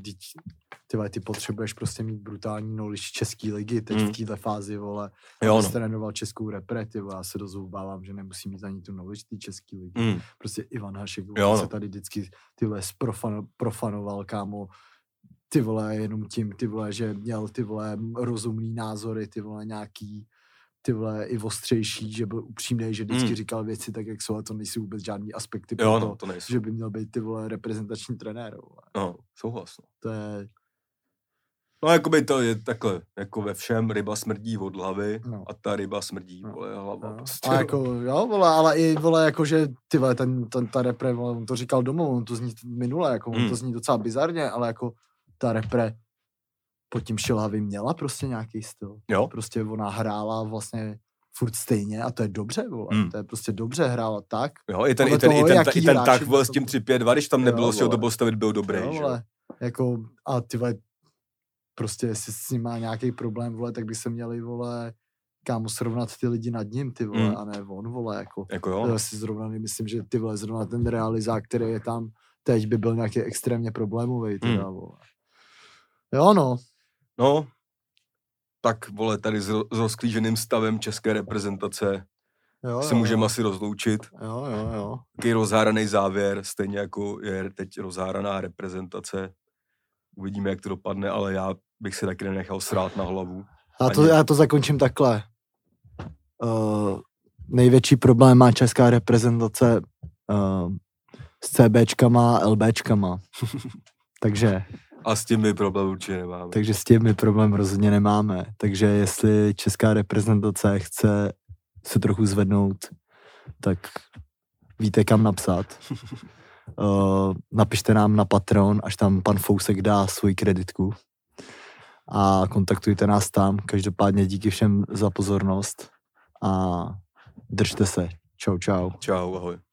ty potřebuješ prostě mít brutální knowledge český ligy, teď v této fázi, vole, abys trénoval českou repre, ty vole, já se dozhoubávám, že nemusí mít ani tu knowledge té český ligy. Prostě Ivan Hašek, se tady vždycky, ty vole, profanoval, kámo, ty vole, jenom tím, ty vole, že měl, ty vole, rozumný názory, ty vole, nějaký, ty vole, i ostřejší, že byl upřímnej, že vždycky říkal věci tak, jak jsou, a to nejsou vůbec žádný aspekty pro to že by měl být, ty vole, reprezentační trenér. Vole. No, souhlas. To je... No, jakoby to je takhle, jako ve všem, ryba smrdí od hlavy a ta ryba smrdí, vole, hlava. Prostě, a jako, jo, vole, ale i, vole, jako, že, ty vole, ta repre, vole, on to říkal domů, on to zní minule, jako, on to zní docela bizarně, ale jako, ta repre pod tím Šilhavým měla prostě nějaký styl. Jo. Prostě ona hrála vlastně furt stejně a to je dobře, vole. To je prostě dobře, hrála tak. Jo, i ten tak, vole, s tím 3-5-2, když tam nebylo si ho to postavit, byl dobrý, jo, vole. Jako, a ty vole, prostě jestli s ním má nějaký problém, vole, tak by se měli, vole, kámo srovnat ty lidi nad ním, ty vole, a ne on, vole, jako jo. Já si zrovna nemyslím, že ty vole, zrovna ten realizák, který je tam teď, by byl nějaký extrémně problémový, teda, vole. Jo, no. No, tak, vole, tady s rozklíženým stavem české reprezentace se můžeme asi rozloučit. Jo. Taký rozháraný závěr, stejně jako je teď rozháraná reprezentace. Uvidíme, jak to dopadne, ale já bych se taky nenechal srát na hlavu. Já to zakončím takhle. Největší problém má česká reprezentace s CBčkama a LBčkama. Takže... A s tím my problém určitě nemáme. Takže s tím my problém rozhodně nemáme. Takže jestli česká reprezentace chce se trochu zvednout, tak víte, kam napsat. Napište nám na Patreon, až tam pan Fousek dá svoji kreditku. A kontaktujte nás tam. Každopádně díky všem za pozornost. A držte se. Čau. Čau, ahoj.